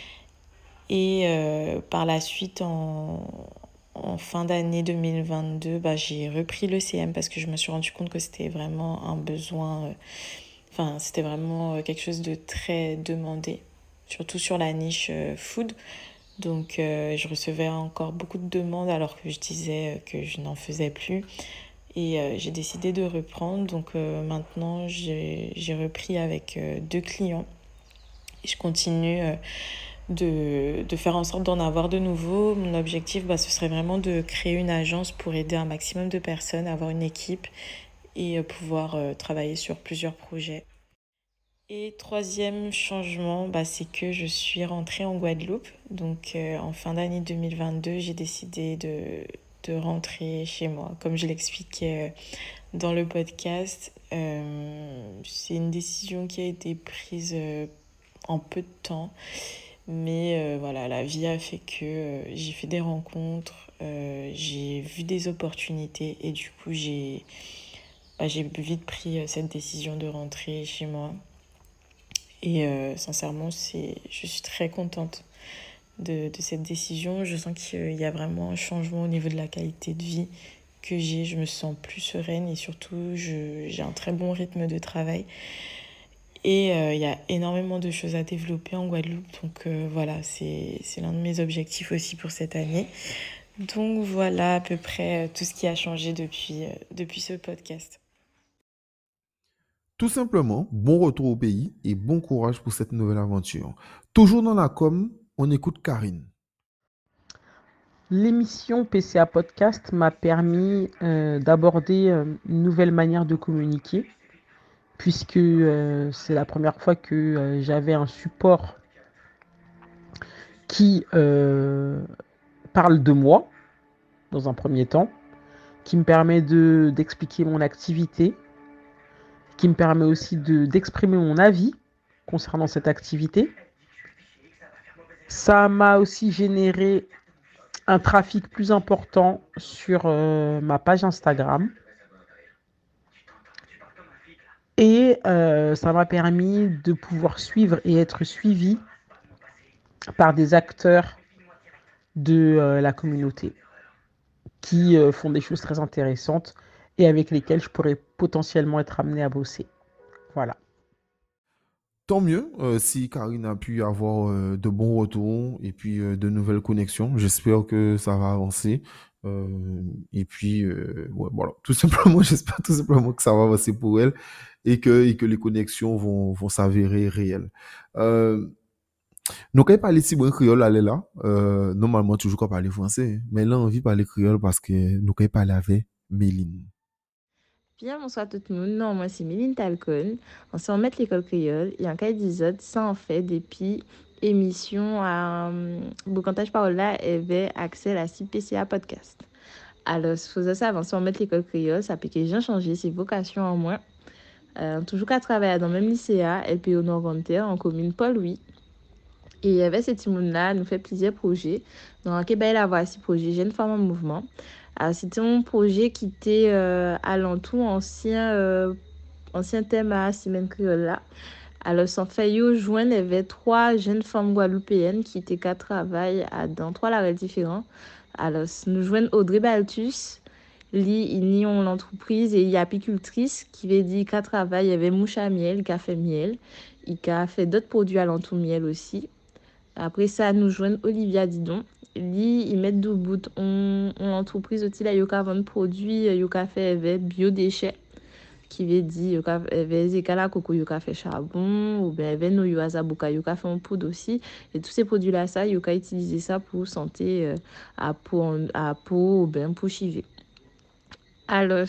[SPEAKER 16] Et par la suite, en fin d'année 2022, j'ai repris le CM parce que je me suis rendu compte que c'était vraiment un besoin, c'était vraiment quelque chose de très demandé, surtout sur la niche food. Donc je recevais encore beaucoup de demandes alors que je disais que je n'en faisais plus. Et j'ai décidé de reprendre. Donc maintenant, j'ai repris avec 2 clients. Et je continue de faire en sorte d'en avoir de nouveaux. Mon objectif, ce serait vraiment de créer une agence pour aider un maximum de personnes, avoir une équipe et pouvoir travailler sur plusieurs projets. Et troisième changement, c'est que je suis rentrée en Guadeloupe. Donc en fin d'année 2022, j'ai décidé de rentrer chez moi. Comme je l'expliquais dans le podcast, c'est une décision qui a été prise en peu de temps. Mais la vie a fait que j'ai fait des rencontres, j'ai vu des opportunités et du coup j'ai vite pris cette décision de rentrer chez moi. Et sincèrement, je suis très contente de cette décision. Je sens qu'il y a vraiment un changement au niveau de la qualité de vie que j'ai. Je me sens plus sereine et surtout, j'ai un très bon rythme de travail. Et il y a énormément de choses à développer en Guadeloupe. Donc c'est l'un de mes objectifs aussi pour cette année. Donc voilà à peu près tout ce qui a changé depuis ce podcast.
[SPEAKER 1] Tout simplement, bon retour au pays et bon courage pour cette nouvelle aventure. Toujours dans la com, on écoute Karine.
[SPEAKER 8] L'émission PCA Podcast m'a permis d'aborder une nouvelle manière de communiquer, puisque c'est la première fois que j'avais un support qui parle de moi, dans un premier temps, qui me permet d'expliquer mon activité, qui me permet aussi d'exprimer mon avis concernant cette activité. Ça m'a aussi généré un trafic plus important sur ma page Instagram. Et ça m'a permis de pouvoir suivre et être suivi par des acteurs de la communauté qui font des choses très intéressantes et avec lesquels je pourrais potentiellement être amené à bosser. Voilà.
[SPEAKER 1] Tant mieux si Karine a pu avoir de bons retours et puis de nouvelles connexions. J'espère que ça va avancer. Et puis, ouais, voilà. Tout simplement, j'espère tout simplement que ça va avancer pour elle et que les connexions vont s'avérer réelles. Nous, quand il parle si bon créole, elle est là. Normalement, toujours qu'on parle français. Mais là, on envie de parler créole parce que nous, quand il parle avec Méline.
[SPEAKER 10] Bien, bonsoir tout le monde. Non, moi c'est Méline Talcon. On s'en met l'école créole. Et en cas d'épisode, ça en fait depuis émission à Boucantage par là avait accès à la CPCA podcast. Alors, si vous faisait ça avant de mettre l'école créole, ça peut que j'ai changé, c'est vocation en moins. Toujours qu'à travailler dans le même lycée, LPO Nord-Grande-Terre, en commune Paul-Louis. Et il y avait cette monde-là, nous fait plusieurs projets. Donc, Québec, la voici projet Jeune Femme en Mouvement. Alors, c'était un projet qui était alentour ancien thème à Simène Créole là. Alors, sans fait joindre, il y avait 3 jeunes femmes guadeloupéennes qui étaient qu'à travailler dans 3 larrets différents. Alors, nous joignons Audrey Baltus, ils ont l'entreprise et il y a apicultrice qui veut dire qu'à travailler, il y avait mouche à miel, qui a fait miel, il a fait d'autres produits alentour miel aussi. Après ça, nous joignons Olivia Didon. Ils mettent du bout en entreprise aussi là, yoka vend produits, yoka fait biodéchets, qui veut dire yoka zekala coco yoka fait charbon ou bien no yoaza boka yoka fait en poudre aussi. Et tous ces produits là, ça yoka utiliser ça pour santé à peau ou bien pour chiver. Alors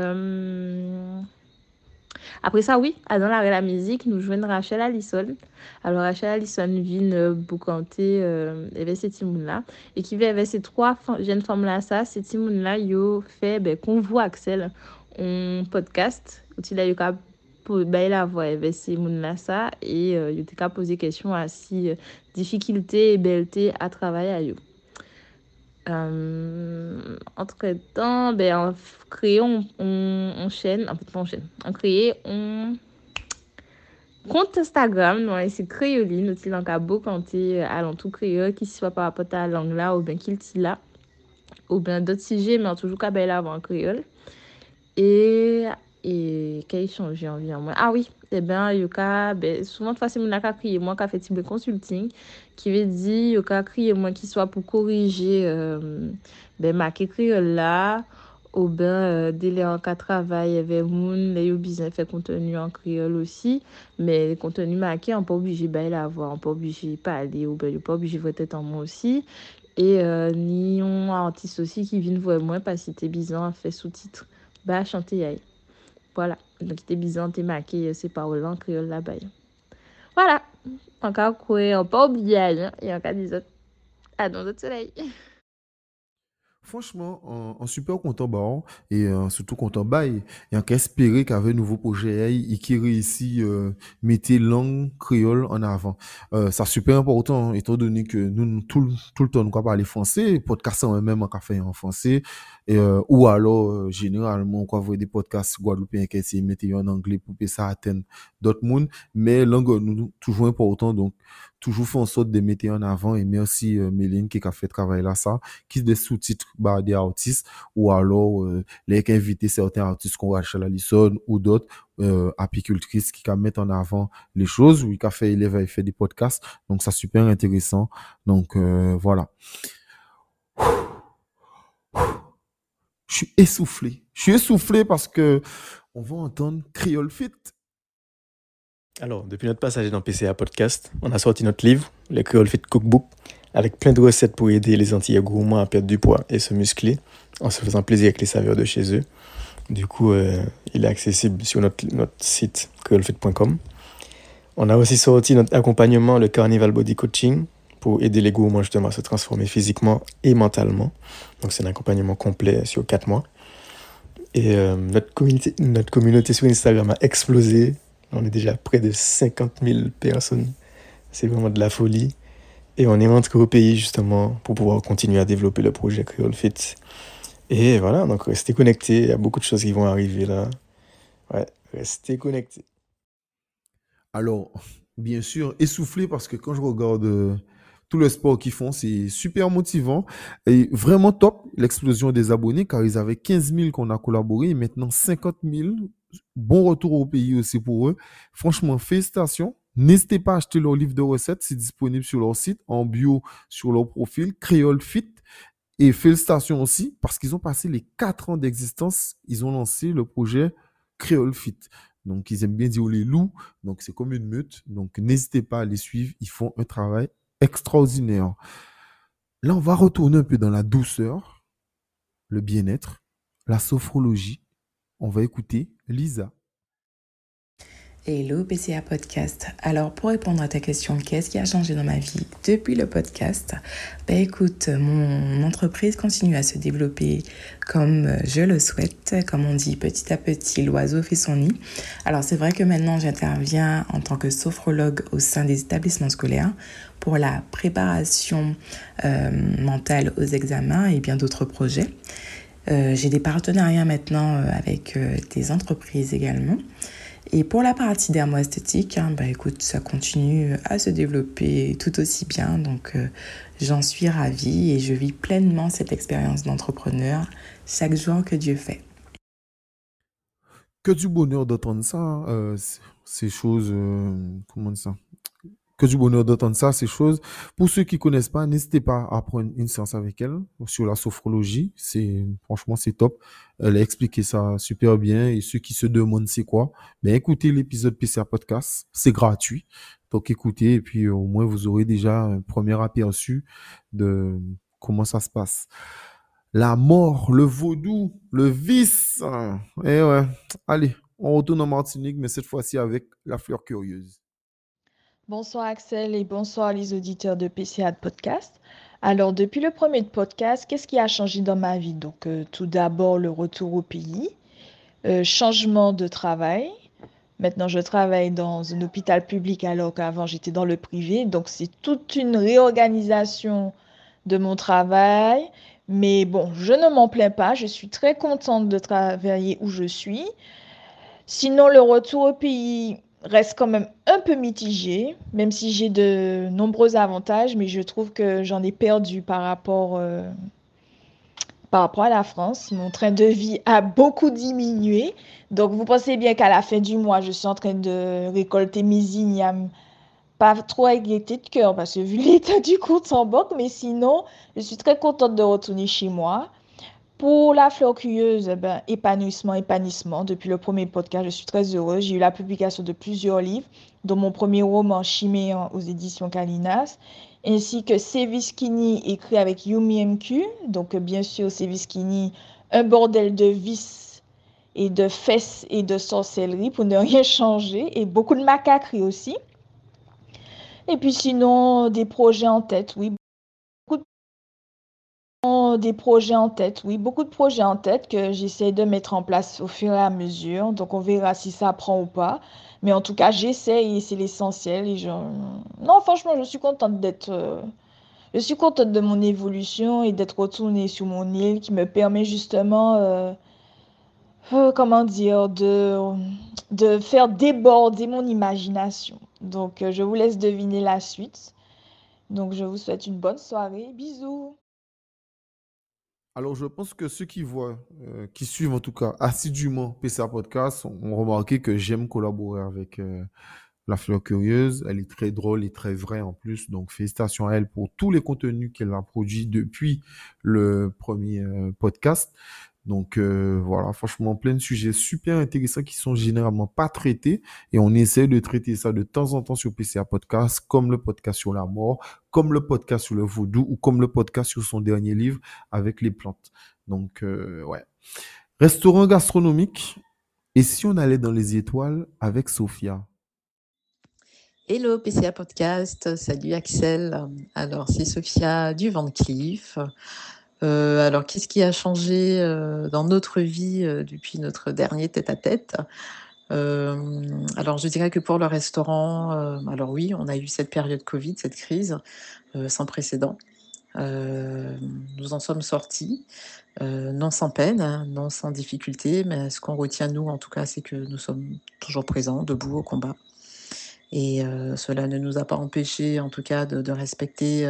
[SPEAKER 10] après ça, oui, dans la musique, nous jouons Rachel Allison. Alors, Rachel Allison vient boucanter avec ces timounes-là. Et qui vient avec ces 3 jeunes femmes-là, ça, ces timounes-là, ils ont fait qu'on voit Axel en podcast. Où là, ils ont la voix avec ces timounes-là, ça. Et ils ont posé question à si difficulté et belleté à travailler à eux. Entre-temps, on crée on chaîne, en fait pas on chaîne, on crée un compte Instagram, non, c'est créoline, aussi donc à beau quand à l'entour créole, qui soit par rapport à la langue là, ou bien qu'il t'y là, ou bien d'autres sujets, mais en toujours qu'à belle avant créole. Et quel changé en vie en moi. Ah oui, yoka, souvent de toute façon, mon a crié moi qui a fait type de consulting, qui veut dire yoka crié moi qui soit pour corriger ma créole là, ou bien dès en cas travail avec moun, les business fait contenu en créole aussi, mais le contenu marqué on pas obligé la voir, on pas obligé parler ou bien pas obligé voir tête en moi aussi. Et ni un artiste aussi qui vient voir moi parce que c'était bizarre fait sous-titres. Chanter yaï. Voilà, donc c'était bizarre, t'es marqué ces paroles en créole là-bas. Voilà, encore quoi, on pas oublié, hein, et encore des autres. Ah, dans d'autres soleils.
[SPEAKER 1] Franchement, en super content baron et surtout content bail et en espérer qu'avec nouveau projet et qui réussit mettre langue créole en avant. Ça super important étant donné que nous tout le temps nous parler français, podcast en même en fait en français et ou alors généralement on voir des podcasts guadeloupéens qui essaient de mettre en anglais pour que ça atteigne d'autres monde, mais langue nous toujours important donc toujours fait en sorte de mettre en avant et merci Méline qui a fait travail là ça qui des sous-titres des artistes ou alors les qui inviter certains artistes qu'on Rachel Allison ou d'autres apicultrices qui mettent en avant les choses ou qui a fait élève et fait des podcasts donc ça super intéressant donc voilà. Je suis essoufflé parce que on va entendre Creole Fit.
[SPEAKER 17] Alors, depuis notre passage dans PCA Podcast, on a sorti notre livre, le Creole Fit Cookbook, avec plein de recettes pour aider les Antillais gourmands à perdre du poids et se muscler, en se faisant plaisir avec les saveurs de chez eux. Du coup, il est accessible sur notre site creolefit.com. On a aussi sorti notre accompagnement, le Carnival Body Coaching, pour aider les gourmands justement à se transformer physiquement et mentalement. Donc, c'est un accompagnement complet sur 4 mois. Et notre communauté sur Instagram a explosé. On est déjà près de 50 000 personnes. C'est vraiment de la folie. Et on est rentré au pays justement pour pouvoir continuer à développer le projet Creole Fit. Et voilà, donc restez connectés. Il y a beaucoup de choses qui vont arriver là. Ouais, restez connectés.
[SPEAKER 1] Alors, bien sûr, essoufflé parce que quand je regarde tout le sport qu'ils font, c'est super motivant et vraiment top l'explosion des abonnés car ils avaient 15 000 qu'on a collaboré et maintenant 50 000. Bon retour au pays aussi pour eux. Franchement, félicitations. N'hésitez pas à acheter leur livre de recettes, c'est disponible sur leur site, en bio sur leur profil, Creole Fit. Et félicitations aussi parce qu'ils ont passé les 4 ans d'existence, ils ont lancé le projet Creole Fit. Donc, ils aiment bien dire les loups. Donc, c'est comme une meute. Donc, n'hésitez pas à les suivre. Ils font un travail extraordinaire. Là, on va retourner un peu dans la douceur, le bien-être, la sophrologie. On va écouter Lisa.
[SPEAKER 3] Hello PCA Podcast. Alors pour répondre à ta question, qu'est-ce qui a changé dans ma vie depuis le podcast? Écoute, mon entreprise continue à se développer comme je le souhaite. Comme on dit, petit à petit, l'oiseau fait son nid. Alors c'est vrai que maintenant j'interviens en tant que sophrologue au sein des établissements scolaires pour la préparation mentale aux examens et bien d'autres projets. J'ai des partenariats maintenant avec des entreprises également. Et pour la partie dermo-esthétique, écoute, ça continue à se développer tout aussi bien. Donc, j'en suis ravie et je vis pleinement cette expérience d'entrepreneur chaque jour que Dieu fait.
[SPEAKER 1] Que du bonheur d'entendre ça, ces choses, comment dire ça? Que du bonheur d'entendre ça, ces choses. Pour ceux qui connaissent pas, n'hésitez pas à prendre une séance avec elle sur la sophrologie. Franchement, c'est top. Elle a expliqué ça super bien. Et ceux qui se demandent c'est quoi, écoutez l'épisode PCA Podcast. C'est gratuit. Donc, écoutez. Et puis, au moins, vous aurez déjà un premier aperçu de comment ça se passe. La mort, le vaudou, le vice. Eh ouais. Allez, on retourne en Martinique, mais cette fois-ci avec la fleur curieuse.
[SPEAKER 5] Bonsoir Axel et bonsoir les auditeurs de PCA Podcast. Alors, depuis le premier podcast, qu'est-ce qui a changé dans ma vie? Donc, tout d'abord, le retour au pays, changement de travail. Maintenant, je travaille dans un hôpital public alors qu'avant, j'étais dans le privé. Donc, c'est toute une réorganisation de mon travail. Mais bon, je ne m'en plains pas. Je suis très contente de travailler où je suis. Sinon, le retour au pays reste quand même un peu mitigé, même si j'ai de nombreux avantages, mais je trouve que j'en ai perdu par rapport à la France. Mon train de vie a beaucoup diminué. Donc, vous pensez bien qu'à la fin du mois, je suis en train de récolter mes ignames. Pas trop avec gaieté de cœur, parce que vu l'état du compte en banque, mais sinon, je suis très contente de retourner chez moi. Pour la fleur curieuse, épanouissement. Depuis le premier podcast, je suis très heureuse. J'ai eu la publication de plusieurs livres, dont mon premier roman Chiméen aux éditions Calinas, ainsi que Skinny écrit avec Yumi MQ. Donc, bien sûr, Skinny, un bordel de vices et de fesses et de sorcellerie pour ne rien changer, et beaucoup de macaquerie aussi. Et puis sinon, des projets en tête, oui. Beaucoup de projets en tête que j'essaie de mettre en place au fur et à mesure. Donc, on verra si ça prend ou pas. Mais en tout cas, j'essaie et c'est l'essentiel. Non, franchement, je suis contente je suis contente de mon évolution et d'être retournée sur mon île qui me permet justement, comment dire, de faire déborder mon imagination. Donc, je vous laisse deviner la suite. Donc, je vous souhaite une bonne soirée. Bisous.
[SPEAKER 1] Alors, je pense que ceux qui voient, qui suivent en tout cas assidûment PCA Podcast ont remarqué que j'aime collaborer avec la fleur curieuse. Elle est très drôle et très vraie en plus. Donc, félicitations à elle pour tous les contenus qu'elle a produits depuis le premier podcast. Donc, voilà, franchement, plein de sujets super intéressants qui sont généralement pas traités. Et on essaie de traiter ça de temps en temps sur PCA Podcast, comme le podcast sur la mort, comme le podcast sur le vaudou ou comme le podcast sur son dernier livre avec les plantes. Donc, ouais. Restaurant gastronomique. Et si on allait dans les étoiles avec Sophia?
[SPEAKER 18] Hello PCA Podcast, salut Axel. Alors c'est Sophia du Van Cleef. Alors, qu'est-ce qui a changé dans notre vie depuis notre dernier tête-à-tête? Alors, je dirais que pour le restaurant, alors oui, on a eu cette période Covid, cette crise sans précédent. Nous en sommes sortis, non sans peine, hein, non sans difficulté, mais ce qu'on retient, nous, en tout cas, c'est que nous sommes toujours présents, debout au combat. Et cela ne nous a pas empêchés, en tout cas, de respecter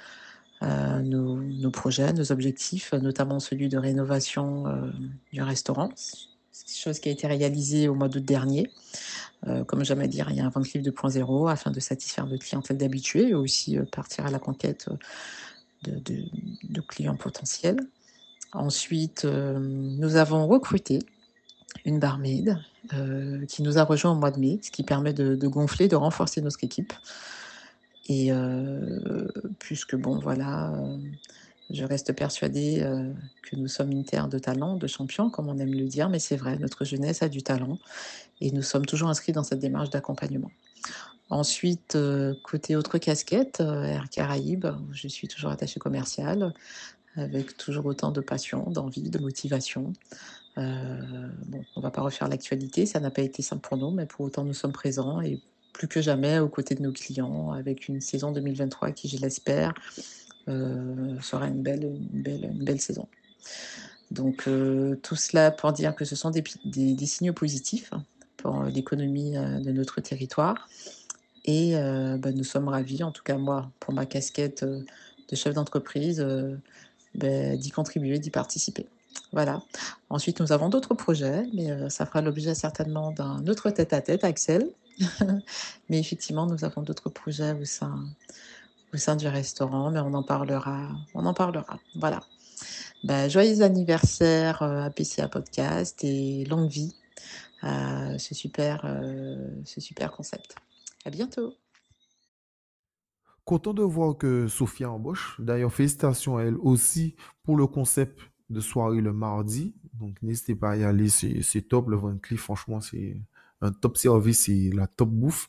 [SPEAKER 18] nos projets, nos objectifs, notamment celui de rénovation du restaurant. C'est quelque chose qui a été réalisé au mois d'août dernier. Comme j'aime à dire, il y a un Van Cleef 2.0 afin de satisfaire notre clientèle d'habitués et aussi partir à la conquête de clients potentiels. Ensuite, nous avons recruté une barmaid qui nous a rejoint au mois de mai, ce qui permet de gonfler, de renforcer notre équipe. Et puisque, bon, voilà, je reste persuadée que nous sommes une terre de talent, de champions, comme on aime le dire, mais c'est vrai, notre jeunesse a du talent et nous sommes toujours inscrits dans cette démarche d'accompagnement. Ensuite, côté autre casquette, Air Caraïbes, où je suis toujours attachée commerciale, avec toujours autant de passion, d'envie, de motivation. Bon, on ne va pas refaire l'actualité, ça n'a pas été simple pour nous, mais pour autant nous sommes présents et plus que jamais aux côtés de nos clients, avec une saison 2023 qui, je l'espère, sera une belle saison. Donc tout cela pour dire que ce sont des signaux positifs pour l'économie de notre territoire. Et nous sommes ravis, en tout cas moi, pour ma casquette de chef d'entreprise, d'y contribuer, d'y participer. Voilà. Ensuite, nous avons d'autres projets, mais ça fera l'objet certainement d'un autre tête-à-tête, Axel. Mais effectivement, nous avons d'autres projets au sein du restaurant, mais on en parlera. Voilà. Joyeux anniversaire à PCA Podcast et longue vie à ce super concept. À bientôt.
[SPEAKER 1] Content de voir que Sophia embauche. D'ailleurs, félicitations à elle aussi pour le concept de soirée le mardi. Donc, n'hésitez pas à y aller. C'est top. Le Van Cleef, franchement, c'est un top service et la top bouffe.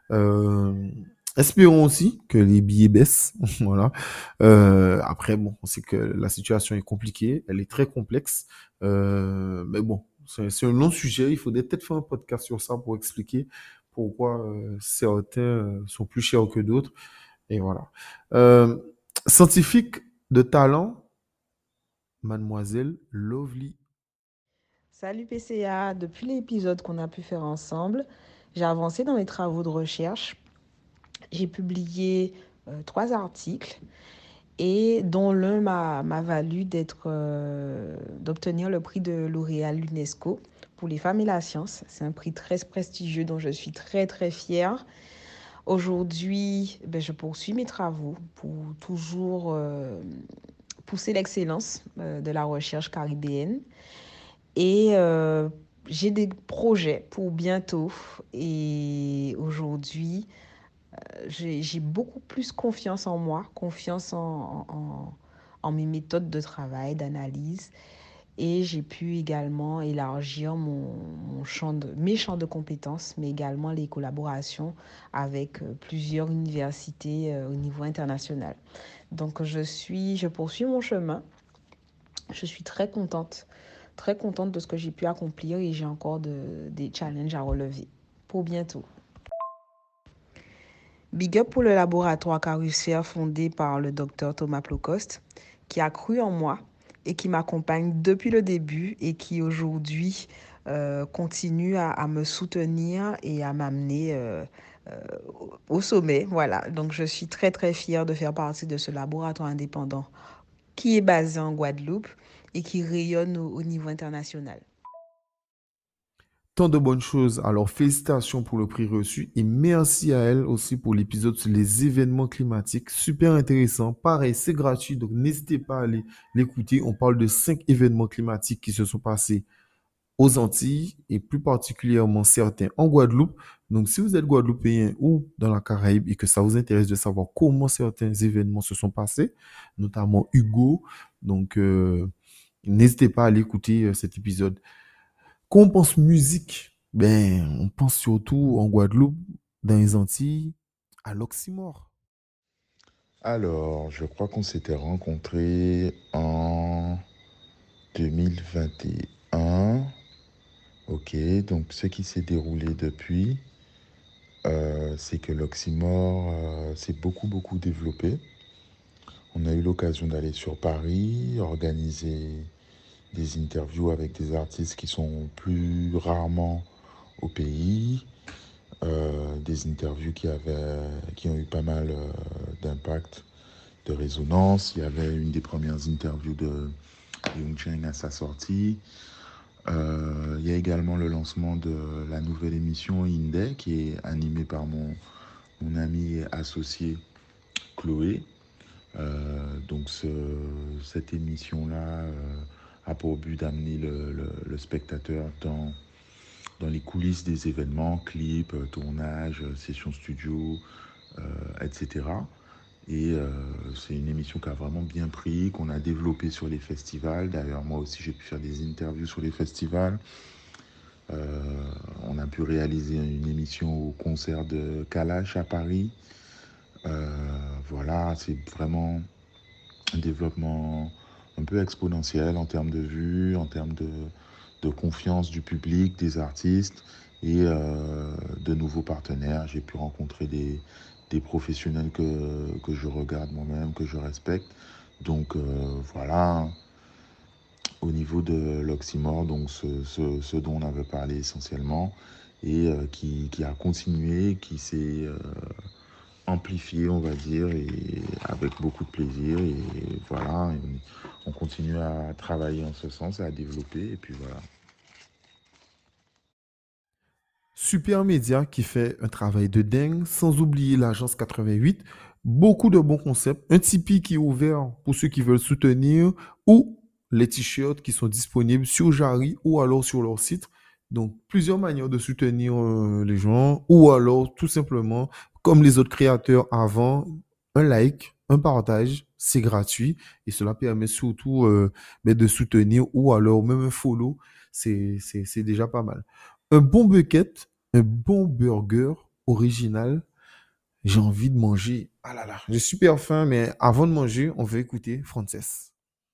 [SPEAKER 1] Espérons aussi que les billets baissent. Voilà. Après, bon, on sait que la situation est compliquée. Elle est très complexe. Mais bon, c'est un long sujet. Il faudrait peut-être faire un podcast sur ça pour expliquer pourquoi certains sont plus chers que d'autres. Et voilà. Scientifique de talent, mademoiselle Lovely.
[SPEAKER 8] Salut PCA, depuis l'épisode qu'on a pu faire ensemble, j'ai avancé dans mes travaux de recherche. J'ai publié 3 articles et dont l'un m'a valu d'obtenir le prix de lauréat l'UNESCO pour les femmes et la science. C'est un prix très prestigieux dont je suis très très fière. Aujourd'hui, je poursuis mes travaux pour toujours pousser l'excellence de la recherche caribéenne. Et j'ai des projets pour bientôt. Et aujourd'hui, j'ai beaucoup plus confiance en moi, confiance en mes méthodes de travail, d'analyse. Et j'ai pu également élargir mes champs de compétences, mais également les collaborations avec plusieurs universités au niveau international. Donc, je poursuis mon chemin. Je suis très contente de ce que j'ai pu accomplir et j'ai encore des challenges à relever. Pour bientôt. Big up pour le laboratoire Carusphère fondé par le docteur Thomas Plocost, qui a cru en moi et qui m'accompagne depuis le début et qui aujourd'hui continue à me soutenir et à m'amener au sommet. Voilà, donc je suis très très fière de faire partie de ce laboratoire indépendant qui est basé en Guadeloupe et qui rayonne au niveau international.
[SPEAKER 1] Tant de bonnes choses. Alors, félicitations pour le prix reçu et merci à elle aussi pour l'épisode sur les événements climatiques. Super intéressant. Pareil, c'est gratuit, donc n'hésitez pas à aller l'écouter. On parle de 5 événements climatiques qui se sont passés aux Antilles et plus particulièrement certains en Guadeloupe. Donc, si vous êtes guadeloupéen ou dans la Caraïbe et que ça vous intéresse de savoir comment certains événements se sont passés, notamment Hugo, donc n'hésitez pas à aller écouter cet épisode. Quand on pense musique, on pense surtout en Guadeloupe, dans les Antilles, à l'oxymore.
[SPEAKER 19] Alors, je crois qu'on s'était rencontrés en 2021. Ok, donc ce qui s'est déroulé depuis, c'est que l'Oxymore s'est beaucoup développé. On a eu l'occasion d'aller sur Paris, organiser des interviews avec des artistes qui sont plus rarement au pays, des interviews qui ont eu pas mal d'impact, de résonance. Il y avait une des premières interviews de Young Chang à sa sortie. Il y a également le lancement de la nouvelle émission Indé qui est animée par mon ami et associé Chloé. Donc cette émission-là a pour but d'amener le spectateur dans les coulisses des événements, clips, tournages, sessions studio, etc. Et c'est une émission qui a vraiment bien pris, qu'on a développée sur les festivals. D'ailleurs, moi aussi, j'ai pu faire des interviews sur les festivals. On a pu réaliser une émission au concert de Kalash à Paris. Voilà, c'est vraiment un développement un peu exponentiel en termes de vues, en termes de confiance du public, des artistes et de nouveaux partenaires. J'ai pu rencontrer des professionnels que je regarde moi-même, que je respecte. Donc voilà, au niveau de l'Oxymore, donc ce dont on avait parlé essentiellement et qui a continué, qui s'est amplifié, on va dire, et avec beaucoup de plaisir. Et voilà, on continue à travailler en ce sens, à développer, et puis voilà.
[SPEAKER 1] Super Média qui fait un travail de dingue, sans oublier l'agence 88. Beaucoup de bons concepts. Un Tipeee qui est ouvert pour ceux qui veulent soutenir ou les t-shirts qui sont disponibles sur Jari ou alors sur leur site. Donc, plusieurs manières de soutenir les gens ou alors tout simplement, comme les autres créateurs avant, un like, un partage, c'est gratuit et cela permet surtout de soutenir ou alors même un follow, c'est déjà pas mal. Un bon bucket, un bon burger original. J'ai envie de manger. Ah là là, j'ai super faim, mais avant de manger, on va écouter Frances.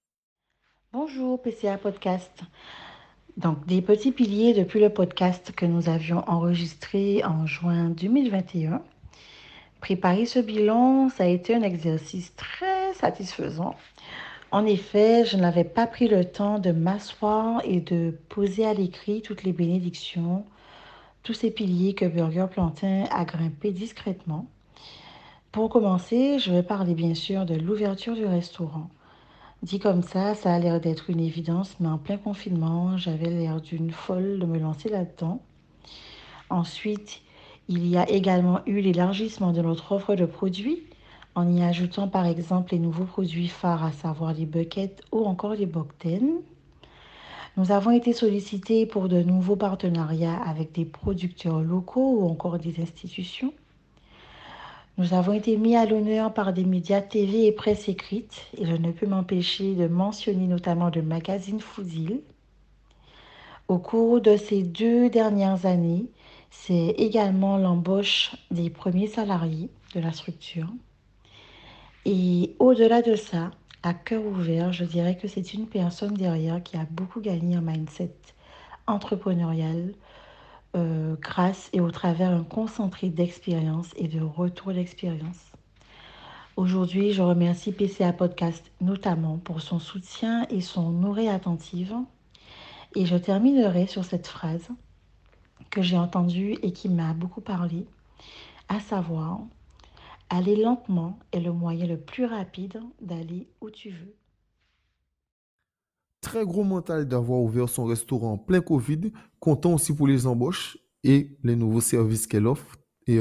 [SPEAKER 20] Bonjour PCA Podcast. Donc, des petits piliers depuis le podcast que nous avions enregistré en juin 2021. Préparer ce bilan, ça a été un exercice très satisfaisant. En effet, je n'avais pas pris le temps de m'asseoir et de poser à l'écrit toutes les bénédictions, tous ces piliers que Burger Plantain a grimpés discrètement. Pour commencer, je vais parler bien sûr de l'ouverture du restaurant. Dit comme ça a l'air d'être une évidence, mais en plein confinement, j'avais l'air d'une folle de me lancer là-dedans. Ensuite, il y a également eu l'élargissement de notre offre de produits, en y ajoutant par exemple les nouveaux produits phares, à savoir les buckets ou encore les bokten. Nous avons été sollicités pour de nouveaux partenariats avec des producteurs locaux ou encore des institutions. Nous avons été mis à l'honneur par des médias TV et presse écrite, et je ne peux m'empêcher de mentionner notamment le magazine Foodil. Au cours de ces 2 dernières années, c'est également l'embauche des premiers salariés de la structure. Et au-delà de ça, à cœur ouvert, je dirais que c'est une personne derrière qui a beaucoup gagné en mindset entrepreneurial, grâce et au travers un concentré d'expérience et de retour d'expérience. Aujourd'hui, je remercie PCA Podcast notamment pour son soutien et son oreille attentive. Et je terminerai sur cette phrase que j'ai entendue et qui m'a beaucoup parlé, à savoir, aller lentement est le moyen le plus rapide d'aller où tu veux.
[SPEAKER 1] Très gros mental d'avoir ouvert son restaurant en plein Covid, content aussi pour les embauches et les nouveaux services qu'elle offre. Et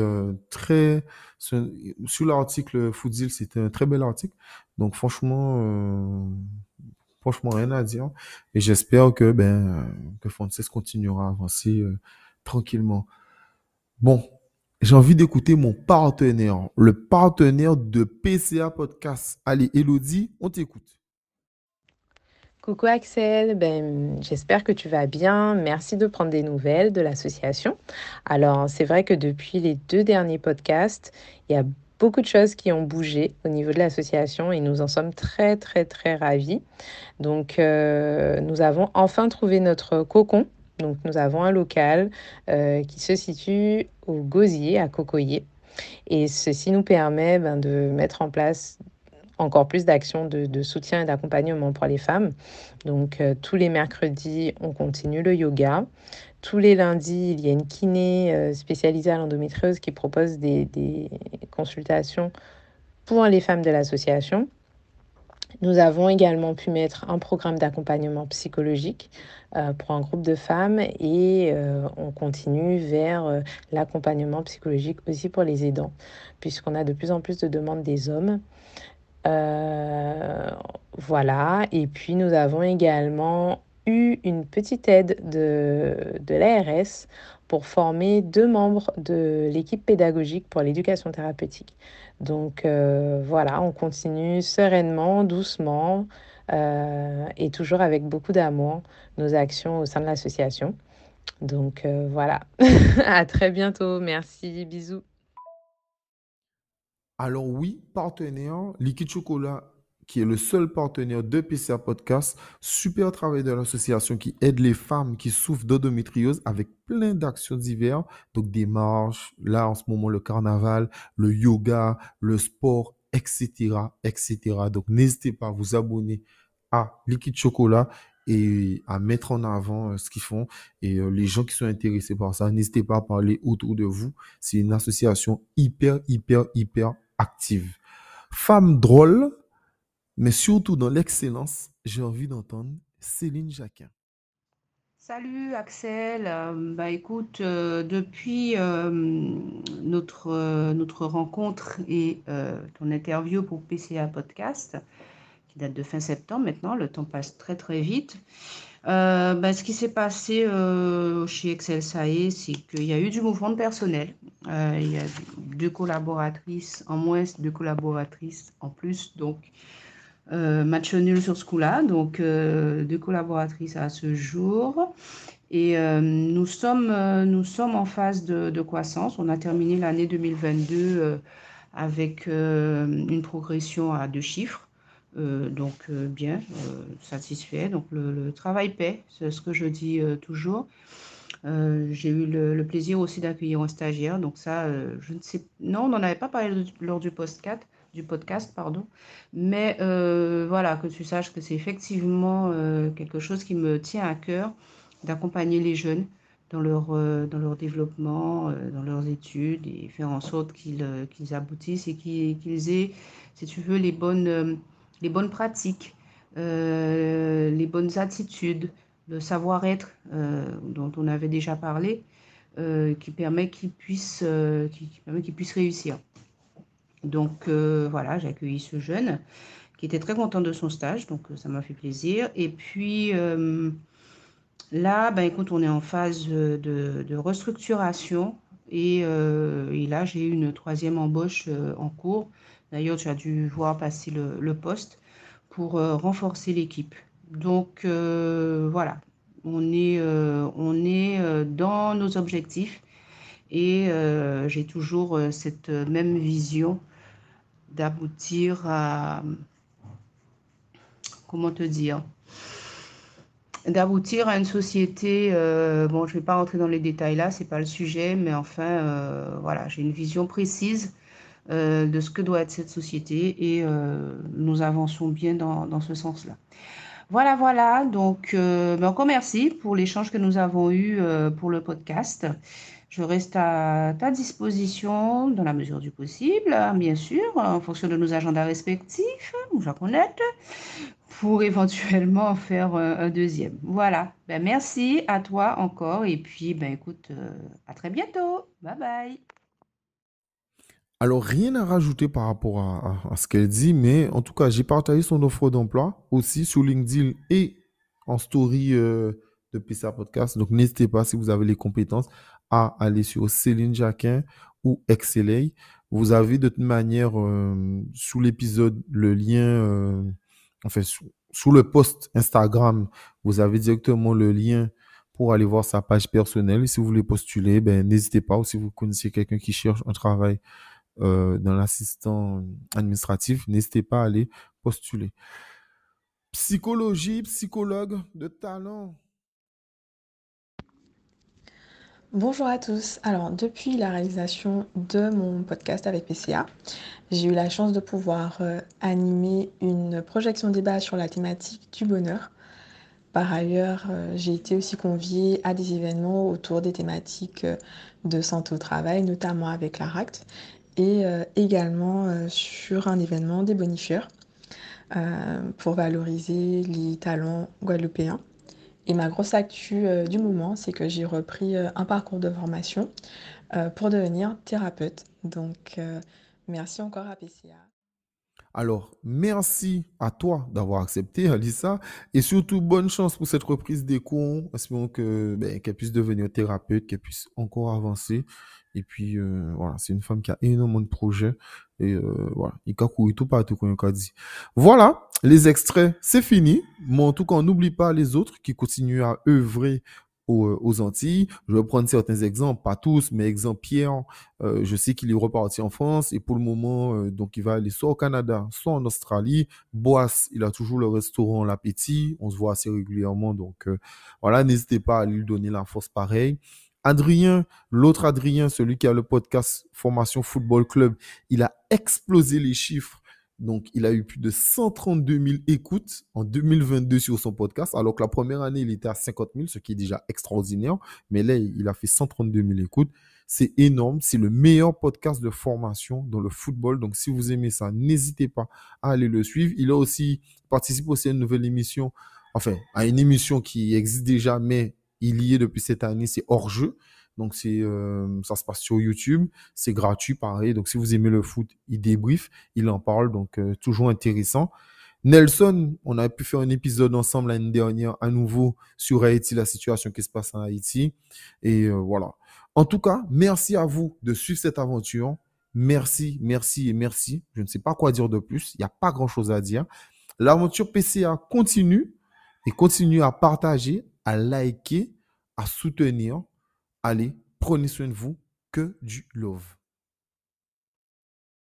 [SPEAKER 1] sur l'article Foodil, c'était un très bel article. Donc franchement, rien à dire. Et j'espère que Frances continuera à avancer tranquillement. Bon, j'ai envie d'écouter mon partenaire, le partenaire de PCA Podcast. Allez, Elodie, on t'écoute.
[SPEAKER 10] Coucou Axel, j'espère que tu vas bien. Merci de prendre des nouvelles de l'association. Alors, c'est vrai que depuis les 2 derniers podcasts, il y a beaucoup de choses qui ont bougé au niveau de l'association et nous en sommes très, très, très ravis. Donc, nous avons enfin trouvé notre cocon. Donc, nous avons un local qui se situe au Gosier, à Cocoyer. Et ceci nous permet de mettre en place encore plus d'actions de soutien et d'accompagnement pour les femmes. Donc, tous les mercredis, on continue le yoga. Tous les lundis, il y a une kiné spécialisée à l'endométriose qui propose des consultations pour les femmes de l'association. Nous avons également pu mettre un programme d'accompagnement psychologique pour un groupe de femmes et on continue vers l'accompagnement psychologique aussi pour les aidants, puisqu'on a de plus en plus de demandes des hommes. Voilà, et puis nous avons également eu une petite aide de l'ARS pour former 2 membres de l'équipe pédagogique pour l'éducation thérapeutique. Donc voilà, on continue sereinement, doucement et toujours avec beaucoup d'amour nos actions au sein de l'association. Donc voilà, à très bientôt, merci, bisous.
[SPEAKER 1] Alors oui, partenaire, Liquid Chocolat, qui est le seul partenaire de PCA Podcast, super travail de l'association qui aide les femmes qui souffrent d'endométriose avec plein d'actions diverses, donc des marches, là en ce moment le carnaval, le yoga, le sport, etc., etc. Donc n'hésitez pas à vous abonner à Liquid Chocolat et à mettre en avant ce qu'ils font. Et les gens qui sont intéressés par ça, n'hésitez pas à parler autour de vous. C'est une association hyper, hyper, hyper active. Femme drôle, mais surtout dans l'excellence, j'ai envie d'entendre Céline Jacquin.
[SPEAKER 21] Salut Axel. Écoute, depuis notre rencontre et ton interview pour PCA Podcast, qui date de fin septembre maintenant, le temps passe très très vite. Ce qui s'est passé chez Excel SAE, c'est qu'il y a eu du mouvement de personnel. Il y a 2 collaboratrices en moins, 2 collaboratrices en plus, donc match nul sur ce coup-là. Donc 2 collaboratrices à ce jour. Et nous sommes en phase de croissance. On a terminé l'année 2022 avec une progression à 2 chiffres. Donc bien, satisfait. Donc le travail paie, c'est ce que je dis toujours. J'ai eu le plaisir aussi d'accueillir un stagiaire. Donc ça, je ne sais, non, on n'en avait pas parlé lors du podcast, pardon. Mais voilà, que tu saches que c'est effectivement quelque chose qui me tient à cœur d'accompagner les jeunes dans leur développement, dans leurs études et faire en sorte qu'ils aboutissent et qu'ils aient, si tu veux, les bonnes pratiques, les bonnes attitudes, le savoir-être dont on avait déjà parlé, qui permet qu'ils puissent réussir. Donc voilà, j'ai accueilli ce jeune qui était très content de son stage, donc ça m'a fait plaisir. Et puis là, écoute, on est en phase de restructuration et là, j'ai eu une 3e embauche en cours. D'ailleurs, tu as dû voir passer le poste pour renforcer l'équipe. Donc voilà, on est dans nos objectifs et j'ai toujours cette même vision d'aboutir à, comment te dire, d'aboutir à une société, bon, je ne vais pas rentrer dans les détails là, c'est pas le sujet, mais enfin, voilà, j'ai une vision précise de ce que doit être cette société et nous avançons bien dans ce sens-là. Voilà, donc encore merci pour l'échange que nous avons eu pour le podcast. Je reste à ta disposition dans la mesure du possible, bien sûr, en fonction de nos agendas respectifs, nous en connaître, pour éventuellement en faire un deuxième. Voilà, merci à toi encore et puis écoute, à très bientôt. Bye bye.
[SPEAKER 1] Alors, rien à rajouter par rapport à ce qu'elle dit, mais en tout cas, j'ai partagé son offre d'emploi aussi sur LinkedIn et en story de PCA Podcast. Donc, n'hésitez pas, si vous avez les compétences, à aller sur Céline Jacquin ou XLA. Vous avez de toute manière, sous l'épisode, le lien, sous le post Instagram, vous avez directement le lien pour aller voir sa page personnelle. Si vous voulez postuler, n'hésitez pas. Ou si vous connaissez quelqu'un qui cherche un travail dans l'assistant administratif, n'hésitez pas à aller postuler. Psychologie, psychologue de talent.
[SPEAKER 2] Bonjour à tous. Alors, depuis la réalisation de mon podcast avec PCA, j'ai eu la chance de pouvoir animer une projection débat sur la thématique du bonheur. Par ailleurs, j'ai été aussi conviée à des événements autour des thématiques de santé au travail, notamment avec la RACT, et également sur un événement des bonifieurs pour valoriser les talents guadeloupéens. Et ma grosse actu du moment, c'est que j'ai repris un parcours de formation pour devenir thérapeute. Donc, merci encore à PCA.
[SPEAKER 1] Alors, merci à toi d'avoir accepté, Alissa, et surtout bonne chance pour cette reprise des cours. Espérons qu'elle puisse devenir thérapeute, qu'elle puisse encore avancer. Et puis, voilà, c'est une femme qui a énormément de projets. Et voilà, il a couru tout partout, comme on a dit. Voilà, les extraits, c'est fini. Mais en tout cas, on n'oublie pas les autres qui continuent à œuvrer aux Antilles. Je vais prendre certains exemples, pas tous, mais exemple Pierre, je sais qu'il est reparti en France et pour le moment, donc il va aller soit au Canada, soit en Australie. Boas, il a toujours le restaurant L'Appétit, on se voit assez régulièrement, donc voilà, n'hésitez pas à lui donner la force pareil. Adrien, l'autre Adrien, celui qui a le podcast Formation Football Club, il a explosé les chiffres. Donc, il a eu plus de 132 000 écoutes en 2022 sur son podcast, alors que la première année, il était à 50 000, ce qui est déjà extraordinaire. Mais là, il a fait 132 000 écoutes. C'est énorme. C'est le meilleur podcast de formation dans le football. Donc, si vous aimez ça, n'hésitez pas à aller le suivre. Il a aussi participé aussi à une nouvelle émission, enfin, à une émission qui existe déjà, mais il y est depuis cette année, c'est Hors-jeu. Donc, ça se passe sur YouTube. C'est gratuit, pareil. Donc, si vous aimez le foot, il débrief, il en parle. Donc, toujours intéressant. Nelson, on a pu faire un épisode ensemble l'année dernière, à nouveau, sur Haïti, la situation qui se passe en Haïti. Et voilà. En tout cas, merci à vous de suivre cette aventure. Merci, merci et merci. Je ne sais pas quoi dire de plus. Il n'y a pas grand-chose à dire. L'aventure PCA continue et continue à partager, à liker, à soutenir. Allez, prenez soin de vous, que du love.